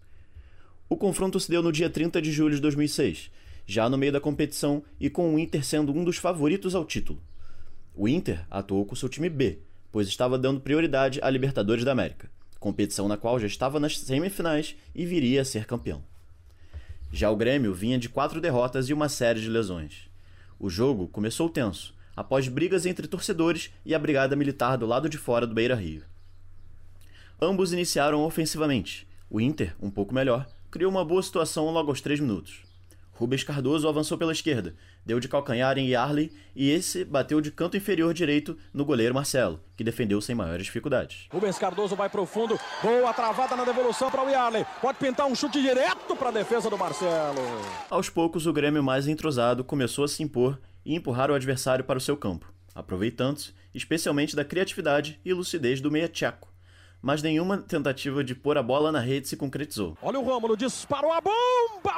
O confronto se deu no dia 30 de julho de 2006, já no meio da competição e com o Inter sendo um dos favoritos ao título. O Inter atuou com seu time B, pois estava dando prioridade à Libertadores da América, competição na qual já estava nas semifinais e viria a ser campeão. Já o Grêmio vinha de 4 derrotas e uma série de lesões. O jogo começou tenso, após brigas entre torcedores e a brigada militar do lado de fora do Beira-Rio. Ambos iniciaram ofensivamente. O Inter, um pouco melhor, criou uma boa situação logo aos 3 minutos. Rubens Cardoso avançou pela esquerda, deu de calcanhar em Yarley e esse bateu de canto inferior direito no goleiro Marcelo, que defendeu sem maiores dificuldades. Rubens Cardoso vai pro fundo, boa travada na devolução para o Yarley, pode pintar um chute direto para a defesa do Marcelo. Aos poucos, o Grêmio mais entrosado começou a se impor e empurrar o adversário para o seu campo, aproveitando-se especialmente da criatividade e lucidez do meia tcheco. Mas nenhuma tentativa de pôr a bola na rede se concretizou. Olha o Rômulo, disparou a bomba, a bola bateu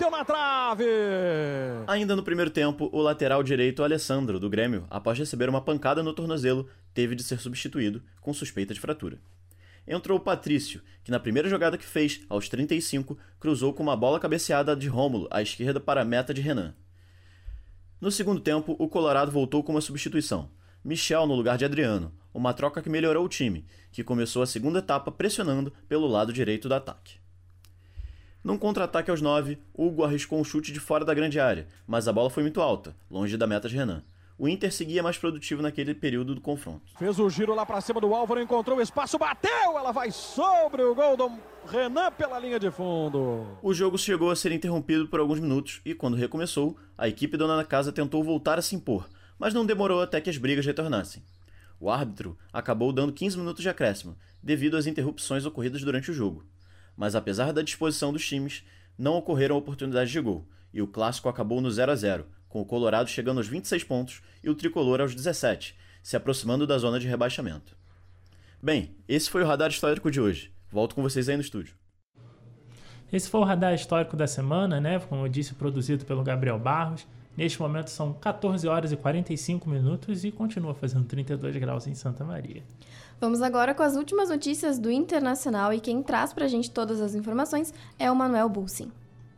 bateu na trave. Ainda no primeiro tempo, o lateral direito Alessandro, do Grêmio, após receber uma pancada no tornozelo, teve de ser substituído com suspeita de fratura. Entrou o Patrício, que na primeira jogada que fez, aos 35, cruzou com uma bola cabeceada de Rômulo à esquerda para a meta de Renan. No segundo tempo, o Colorado voltou com uma substituição. Michel no lugar de Adriano, uma troca que melhorou o time, que começou a segunda etapa pressionando pelo lado direito do ataque. Num contra-ataque aos 9, Hugo arriscou um chute de fora da grande área, mas a bola foi muito alta, longe da meta de Renan. O Inter seguia mais produtivo naquele período do confronto. Fez o giro lá para cima do Álvaro, encontrou o espaço, bateu! Ela vai sobre o gol do Renan pela linha de fundo. O jogo chegou a ser interrompido por alguns minutos e, quando recomeçou, a equipe dona da casa tentou voltar a se impor, mas não demorou até que as brigas retornassem. O árbitro acabou dando 15 minutos de acréscimo, devido às interrupções ocorridas durante o jogo. Mas apesar da disposição dos times, não ocorreram oportunidades de gol, e o clássico acabou no 0-0, com o Colorado chegando aos 26 pontos e o Tricolor aos 17, se aproximando da zona de rebaixamento. Bem, esse foi o Radar Histórico de hoje. Volto com vocês aí no estúdio. Esse foi o Radar Histórico da semana, né? Como eu disse, produzido pelo Gabriel Barros. Neste momento são 14 horas e 45 minutos e continua fazendo 32 graus em Santa Maria. Vamos agora com as últimas notícias do Internacional e quem traz pra gente todas as informações é o Manuel Bulsin.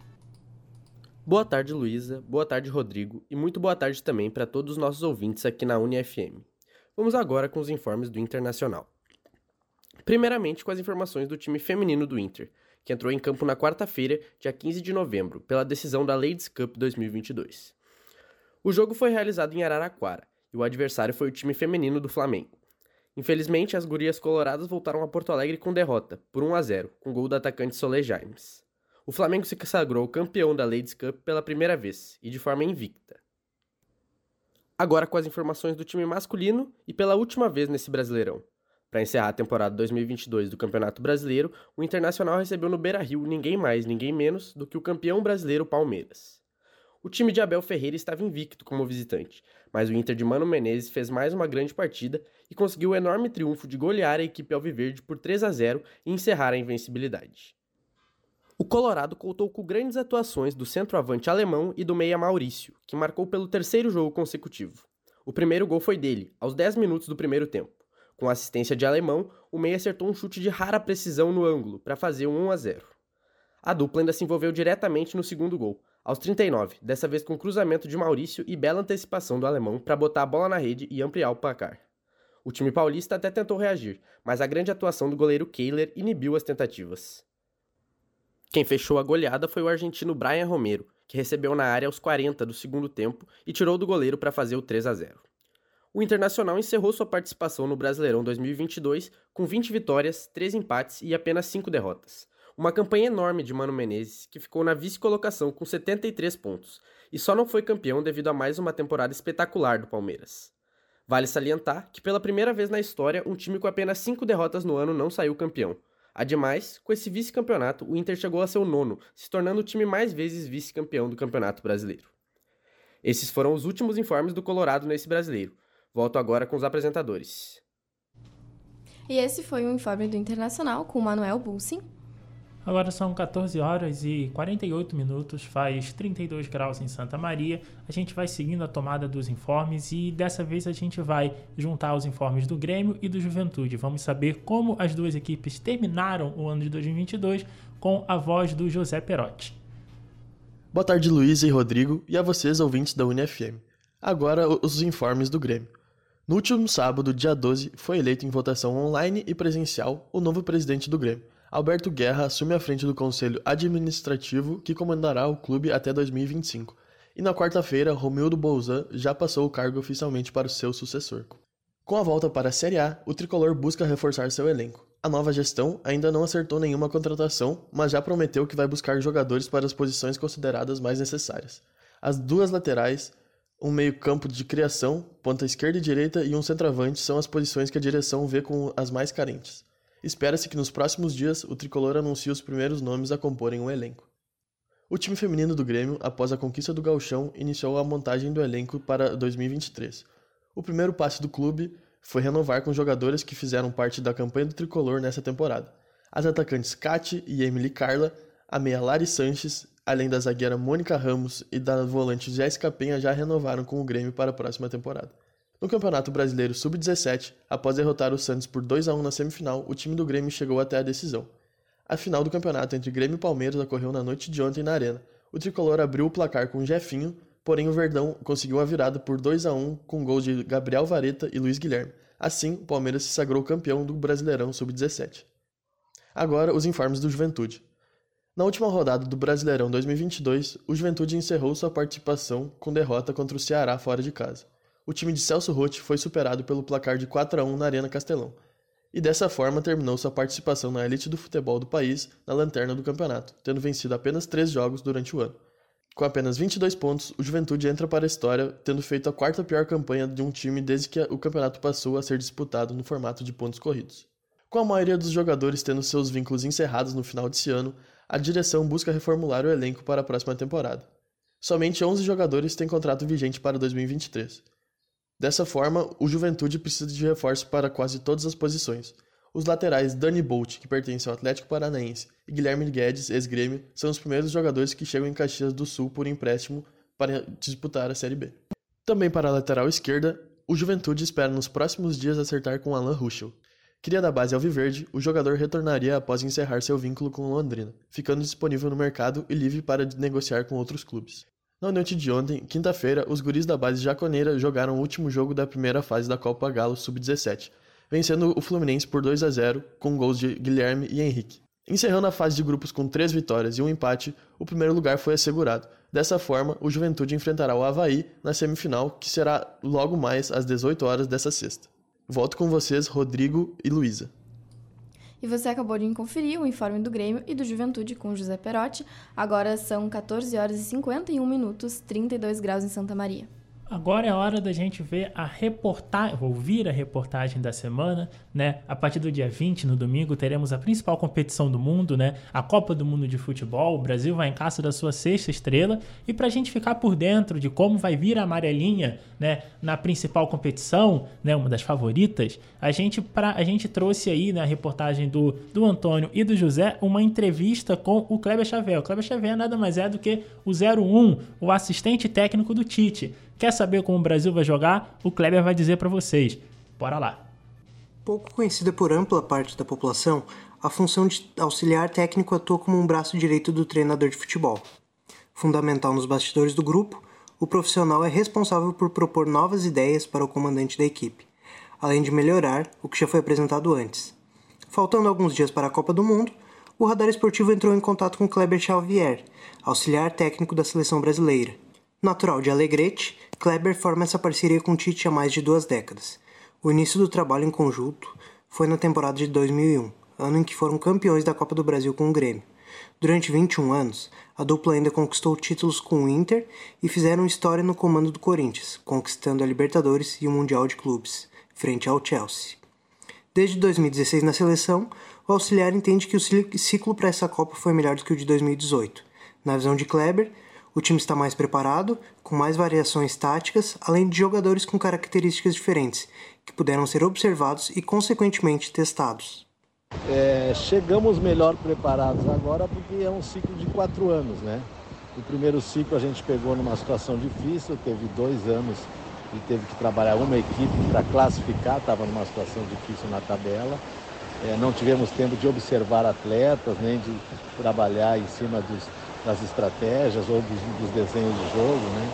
Boa tarde, Luísa. Boa tarde, Rodrigo. E muito boa tarde também para todos os nossos ouvintes aqui na UniFM. Vamos agora com os informes do Internacional. Primeiramente com as informações do time feminino do Inter, que entrou em campo na quarta-feira, dia 15 de novembro, pela decisão da Ladies Cup 2022. O jogo foi realizado em Araraquara, e o adversário foi o time feminino do Flamengo. Infelizmente, as gurias coloradas voltaram a Porto Alegre com derrota, por 1-0, com gol do atacante Solé Jaimes. O Flamengo se sagrou campeão da Ladies Cup pela primeira vez, e de forma invicta. Agora com as informações do time masculino e pela última vez nesse Brasileirão. Para encerrar a temporada 2022 do Campeonato Brasileiro, o Internacional recebeu no Beira-Rio ninguém mais, ninguém menos do que o campeão brasileiro Palmeiras. O time de Abel Ferreira estava invicto como visitante, mas o Inter de Mano Menezes fez mais uma grande partida e conseguiu o enorme triunfo de golear a equipe alviverde por 3-0 e encerrar a invencibilidade. O Colorado contou com grandes atuações do centroavante alemão e do meia Maurício, que marcou pelo terceiro jogo consecutivo. O primeiro gol foi dele, aos 10 minutos do primeiro tempo. Com assistência de alemão, o meia acertou um chute de rara precisão no ângulo para fazer um 1-0. A dupla ainda se envolveu diretamente no segundo gol, aos 39, dessa vez com cruzamento de Maurício e bela antecipação do alemão para botar a bola na rede e ampliar o placar. O time paulista até tentou reagir, mas a grande atuação do goleiro Kehler inibiu as tentativas. Quem fechou a goleada foi o argentino Brian Romero, que recebeu na área aos 40 do segundo tempo e tirou do goleiro para fazer o 3-0. O Internacional encerrou sua participação no Brasileirão 2022 com 20 vitórias, 3 empates e apenas 5 derrotas. Uma campanha enorme de Mano Menezes, que ficou na vice-colocação com 73 pontos, e só não foi campeão devido a mais uma temporada espetacular do Palmeiras. Vale salientar que pela primeira vez na história, um time com apenas 5 derrotas no ano não saiu campeão. Ademais, com esse vice-campeonato, o Inter chegou a ser o 9º, se tornando o time mais vezes vice-campeão do Campeonato Brasileiro. Esses foram os últimos informes do Colorado nesse brasileiro. Volto agora com os apresentadores. E esse foi o informe do Internacional com o Manuel Bulsin. Agora são 14 horas e 48 minutos, faz 32 graus em Santa Maria. A gente vai seguindo a tomada dos informes e dessa vez a gente vai juntar os informes do Grêmio e do Juventude. Vamos saber como as duas equipes terminaram o ano de 2022 com a voz do José Perotti. Boa tarde, Luísa e Rodrigo, e a vocês, ouvintes da UniFM. Agora os informes do Grêmio. No último sábado, dia 12, foi eleito em votação online e presencial o novo presidente do Grêmio. Alberto Guerra assume a frente do Conselho Administrativo que comandará o clube até 2025. E na quarta-feira, Romildo Bolzan já passou o cargo oficialmente para o seu sucessor. Com a volta para a Série A, o tricolor busca reforçar seu elenco. A nova gestão ainda não acertou nenhuma contratação, mas já prometeu que vai buscar jogadores para as posições consideradas mais necessárias. As duas laterais, um meio-campo de criação, ponta esquerda e direita e um centroavante são as posições que a direção vê como as mais carentes. Espera-se que nos próximos dias o tricolor anuncie os primeiros nomes a comporem o elenco. O time feminino do Grêmio, após a conquista do Gauchão, iniciou a montagem do elenco para 2023. O primeiro passo do clube foi renovar com jogadores que fizeram parte da campanha do tricolor nessa temporada. As atacantes Kati e Emily Carla, a meia Lari Sanches, além da zagueira Mônica Ramos e da volante Jéssica Penha, já renovaram com o Grêmio para a próxima temporada. No Campeonato Brasileiro Sub-17, após derrotar o Santos por 2-1 na semifinal, o time do Grêmio chegou até a decisão. A final do campeonato entre Grêmio e Palmeiras ocorreu na noite de ontem na Arena. O tricolor abriu o placar com Jefinho, porém o Verdão conseguiu a virada por 2-1 com gols de Gabriel Vareta e Luiz Guilherme. Assim, o Palmeiras se sagrou campeão do Brasileirão Sub-17. Agora, os informes do Juventude. Na última rodada do Brasileirão 2022, o Juventude encerrou sua participação com derrota contra o Ceará fora de casa. O time de Celso Roth foi superado pelo placar de 4-1 na Arena Castelão, e dessa forma terminou sua participação na elite do futebol do país na lanterna do campeonato, tendo vencido apenas 3 jogos durante o ano. Com apenas 22 pontos, o Juventude entra para a história, tendo feito a 4ª pior campanha de um time desde que o campeonato passou a ser disputado no formato de pontos corridos. Com a maioria dos jogadores tendo seus vínculos encerrados no final desse ano, a direção busca reformular o elenco para a próxima temporada. Somente 11 jogadores têm contrato vigente para 2023. Dessa forma, o Juventude precisa de reforço para quase todas as posições. Os laterais Dani Bolt, que pertence ao Atlético Paranaense, e Guilherme Guedes, ex-Grêmio, são os primeiros jogadores que chegam em Caxias do Sul por empréstimo para disputar a Série B. Também para a lateral esquerda, o Juventude espera nos próximos dias acertar com Alan Ruschel. Cria da base alviverde, o jogador retornaria após encerrar seu vínculo com o Londrina, ficando disponível no mercado e livre para negociar com outros clubes. Na noite de ontem, quinta-feira, os guris da base jaconeira jogaram o último jogo da primeira fase da Copa Galo Sub-17, vencendo o Fluminense por 2-0, com gols de Guilherme e Henrique. Encerrando a fase de grupos com 3 vitórias e um empate, o primeiro lugar foi assegurado. Dessa forma, o Juventude enfrentará o Avaí na semifinal, que será logo mais às 18 horas dessa sexta. Volto com vocês, Rodrigo e Luísa. E você acabou de conferir o informe do Grêmio e do Juventude com José Perotti. Agora são 14 horas e 51 minutos, 32 graus em Santa Maria. Agora é hora da gente ver ouvir a reportagem da semana, né? A partir do dia 20, no domingo, teremos a principal competição do mundo, né? A Copa do Mundo de Futebol. O Brasil vai em caça da sua 6ª estrela. E para a gente ficar por dentro de como vai vir a amarelinha, né? Na principal competição, né? Uma das favoritas, a gente trouxe aí na reportagem do Antônio e do José uma entrevista com o Kleber Xavier. O Kleber Xavier nada mais é do que o 01, o assistente técnico do Tite. Quer saber como o Brasil vai jogar? O Kleber vai dizer para vocês. Bora lá. Pouco conhecida por ampla parte da população, a função de auxiliar técnico atua como um braço direito do treinador de futebol. Fundamental nos bastidores do grupo, o profissional é responsável por propor novas ideias para o comandante da equipe, além de melhorar o que já foi apresentado antes. Faltando alguns dias para a Copa do Mundo, o Radar Esportivo entrou em contato com Kleber Xavier, auxiliar técnico da seleção brasileira. Natural de Alegrete, Kleber forma essa parceria com Tite há mais de 2 décadas. O início do trabalho em conjunto foi na temporada de 2001, ano em que foram campeões da Copa do Brasil com o Grêmio. Durante 21 anos, a dupla ainda conquistou títulos com o Inter e fizeram história no comando do Corinthians, conquistando a Libertadores e o Mundial de Clubes, frente ao Chelsea. Desde 2016 na seleção, o auxiliar entende que o ciclo para essa Copa foi melhor do que o de 2018. Na visão de Kleber, o time está mais preparado, com mais variações táticas, além de jogadores com características diferentes, que puderam ser observados e, consequentemente, testados. Chegamos melhor preparados agora porque é um ciclo de 4 anos, né? O primeiro ciclo a gente pegou numa situação difícil, teve 2 anos e teve que trabalhar uma equipe para classificar, estava numa situação difícil na tabela. Não tivemos tempo de observar atletas, nem de trabalhar em cima das estratégias ou dos desenhos de jogo, né?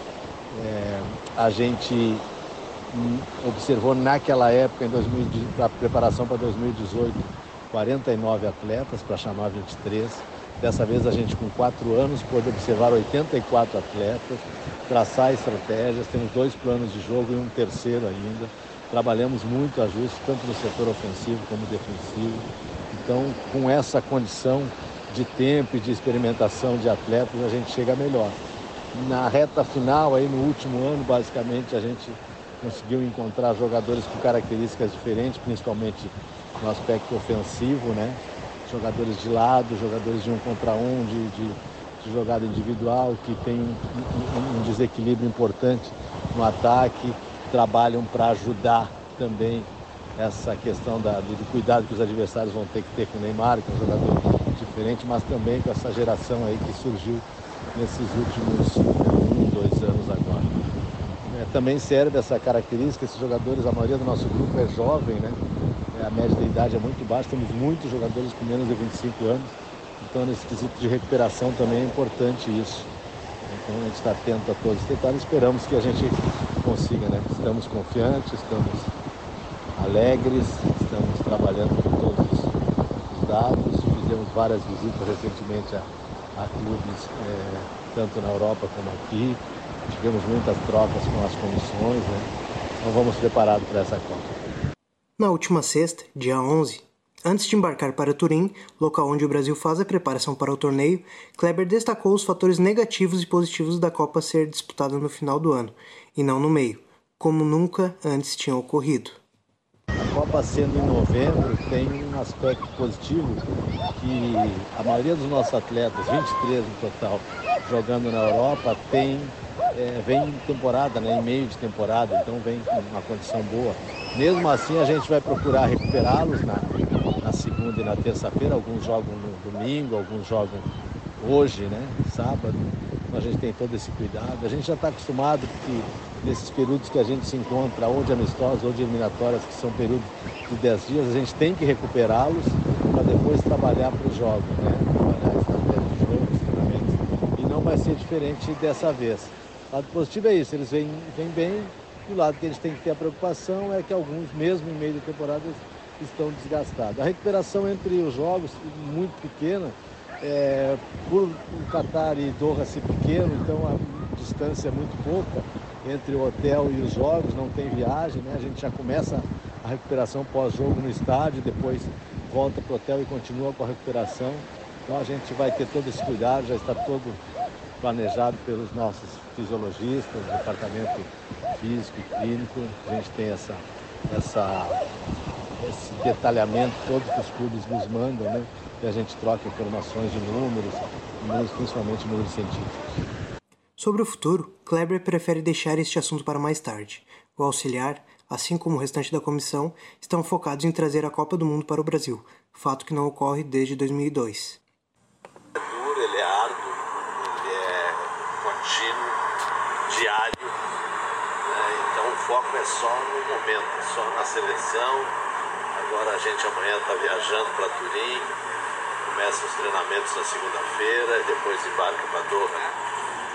A gente observou naquela época, para preparação para 2018, 49 atletas para chamar 23. Dessa vez a gente com 4 anos pôde observar 84 atletas, traçar estratégias, temos 2 planos de jogo e um terceiro ainda. Trabalhamos muito ajuste, tanto no setor ofensivo como defensivo. Então, com essa condição de tempo e de experimentação de atletas, a gente chega melhor. Na reta final, aí no último ano, basicamente, a gente conseguiu encontrar jogadores com características diferentes, principalmente no aspecto ofensivo, né? Jogadores de lado, jogadores de 1 contra 1, de jogada individual, que tem um desequilíbrio importante no ataque, trabalham para ajudar também essa questão do cuidado que os adversários vão ter que ter com o Neymar, que é um jogador diferente, mas também com essa geração aí que surgiu nesses últimos 2 anos agora. Também serve essa característica, esses jogadores, a maioria do nosso grupo é jovem, né? A média de idade é muito baixa, temos muitos jogadores com menos de 25 anos, então nesse quesito de recuperação também é importante isso. Então a gente está atento a todos os detalhes, esperamos que a gente consiga, né? Estamos confiantes, estamos alegres, estamos trabalhando com todos os dados, fizemos várias visitas recentemente a clubes, tanto na Europa como aqui, tivemos muitas trocas com as comissões, né? Então vamos preparados para essa Copa. Na última sexta, dia 11, antes de embarcar para Turim, local onde o Brasil faz a preparação para o torneio, Kleber destacou os fatores negativos e positivos da Copa ser disputada no final do ano, e não no meio, como nunca antes tinha ocorrido. A Copa sendo em novembro tem um aspecto positivo que a maioria dos nossos atletas, 23 no total, jogando na Europa, vem em temporada, né, em meio de temporada, então vem com uma condição boa. Mesmo assim, a gente vai procurar recuperá-los na segunda e na terça-feira. Alguns jogam no domingo, alguns jogam hoje, né, sábado. Então a gente tem todo esse cuidado. A gente já está acostumado porque nesses períodos que a gente se encontra, ou de amistosos ou de eliminatórias, que são períodos de 10 dias, a gente tem que recuperá-los para depois trabalhar para os jogos, né? Trabalhar a estratégia de jogos, treinamentos. E não vai ser diferente dessa vez. O lado positivo é isso, eles vêm bem, e o lado que eles têm que ter a preocupação é que alguns, mesmo em meio de temporada, estão desgastados. A recuperação entre os jogos é muito pequena, por o Catar e Doha ser pequeno, então a distância é muito pouca entre o hotel e os jogos, não tem viagem, né? A gente já começa a recuperação pós-jogo no estádio, depois volta para o hotel e continua com a recuperação. Então a gente vai ter todo esse cuidado, já está todo planejado pelos nossos fisiologistas, departamento físico e clínico. A gente tem esse detalhamento todo que os clubes nos mandam, né? E a gente troca informações de números, principalmente números científicos. Sobre o futuro, Kleber prefere deixar este assunto para mais tarde. O auxiliar, assim como o restante da comissão, estão focados em trazer a Copa do Mundo para o Brasil, fato que não ocorre desde 2002. Ele é árduo, ele é contínuo, diário, né? Então o foco é só no momento, só na seleção. Agora a gente amanhã está viajando para Turim, começa os treinamentos na segunda-feira, depois embarca para Doha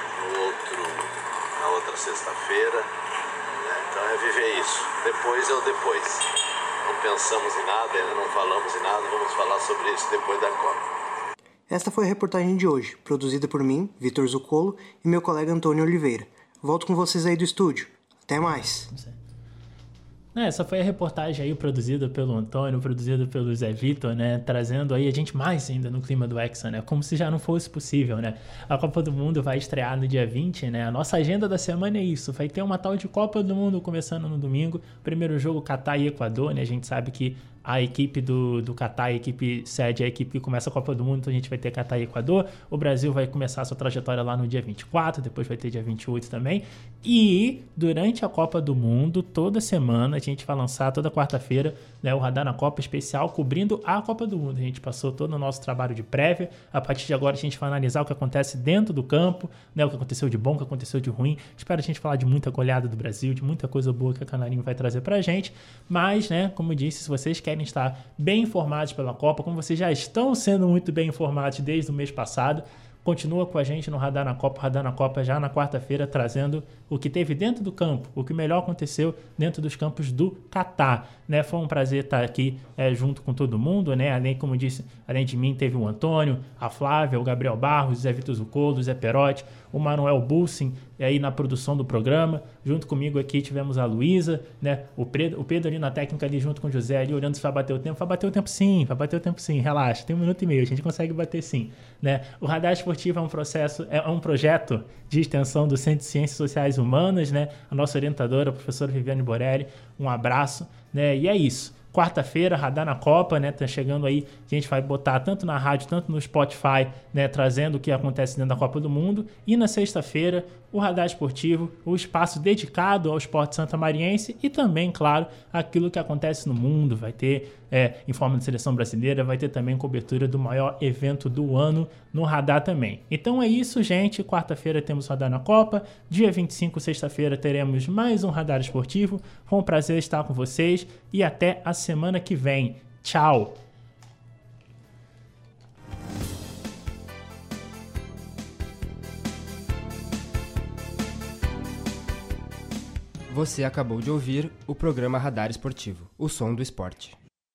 na outra sexta-feira, né? Então é viver isso, depois é o depois. Não pensamos em nada, ainda não falamos em nada, vamos falar sobre isso depois da Copa. Esta foi a reportagem de hoje, produzida por mim, Vitor Zuccolo, e meu colega Antônio Oliveira. Volto com vocês aí do estúdio. Até mais! Essa foi a reportagem aí produzida pelo Antônio, produzida pelo Zé Vitor, né? Trazendo aí a gente mais ainda no clima do Hexa, né? Como se já não fosse possível, né? A Copa do Mundo vai estrear no dia 20, né? A nossa agenda da semana é isso. Vai ter uma tal de Copa do Mundo começando no domingo. Primeiro jogo, Catar e Equador, né? A gente sabe que a equipe do Catar, a equipe sede, a equipe que começa a Copa do Mundo, então a gente vai ter Catar e Equador. O Brasil vai começar a sua trajetória lá no dia 24, depois vai ter dia 28 também. E durante a Copa do Mundo, toda semana, a gente vai lançar, toda quarta-feira, né, o Radar na Copa especial, cobrindo a Copa do Mundo. A gente passou todo o nosso trabalho de prévia. A partir de agora, a gente vai analisar o que acontece dentro do campo, né, o que aconteceu de bom, o que aconteceu de ruim. Espero a gente falar de muita goleada do Brasil, de muita coisa boa que a Canarinho vai trazer pra gente. Mas, né, como eu disse, se vocês querem estar bem informados pela Copa, como vocês já estão sendo muito bem informados desde o mês passado, continua com a gente no Radar na Copa já na quarta-feira, trazendo o que teve dentro do campo, o que melhor aconteceu dentro dos campos do Catar, né? Foi um prazer estar aqui junto com todo mundo, né? Além, como disse, além de mim, teve o Antônio, a Flávia, o Gabriel Barros, o Zé Vitor Zuccolo, o Zé Perotti, o Manuel Bulsin, aí na produção do programa. Junto comigo aqui tivemos a Luísa, né? O Pedro ali na técnica, ali junto com o José, ali olhando se vai bater o tempo. Vai bater o tempo sim, relaxa, tem 1 minuto e meio, a gente consegue bater sim, né? O Radar Esportivo é um projeto de extensão do Centro de Ciências Sociais e Humanas, né? A nossa orientadora, a professora Viviane Borelli, um abraço, né? E é isso. quarta-feira, Radar na Copa, né? Tá chegando aí, a gente vai botar tanto na rádio, tanto no Spotify, né? Trazendo o que acontece dentro da Copa do Mundo. E na sexta-feira, o Radar Esportivo, o espaço dedicado ao esporte santamariense e também, claro, aquilo que acontece no mundo. Vai ter informe da seleção brasileira, vai ter também cobertura do maior evento do ano no Radar também. Então é isso, gente. Quarta-feira temos Radar na Copa. Dia 25, sexta-feira, teremos mais um Radar Esportivo. Foi um prazer estar com vocês e até a semana que vem. Tchau! Você acabou de ouvir o programa Radar Esportivo, o som do esporte.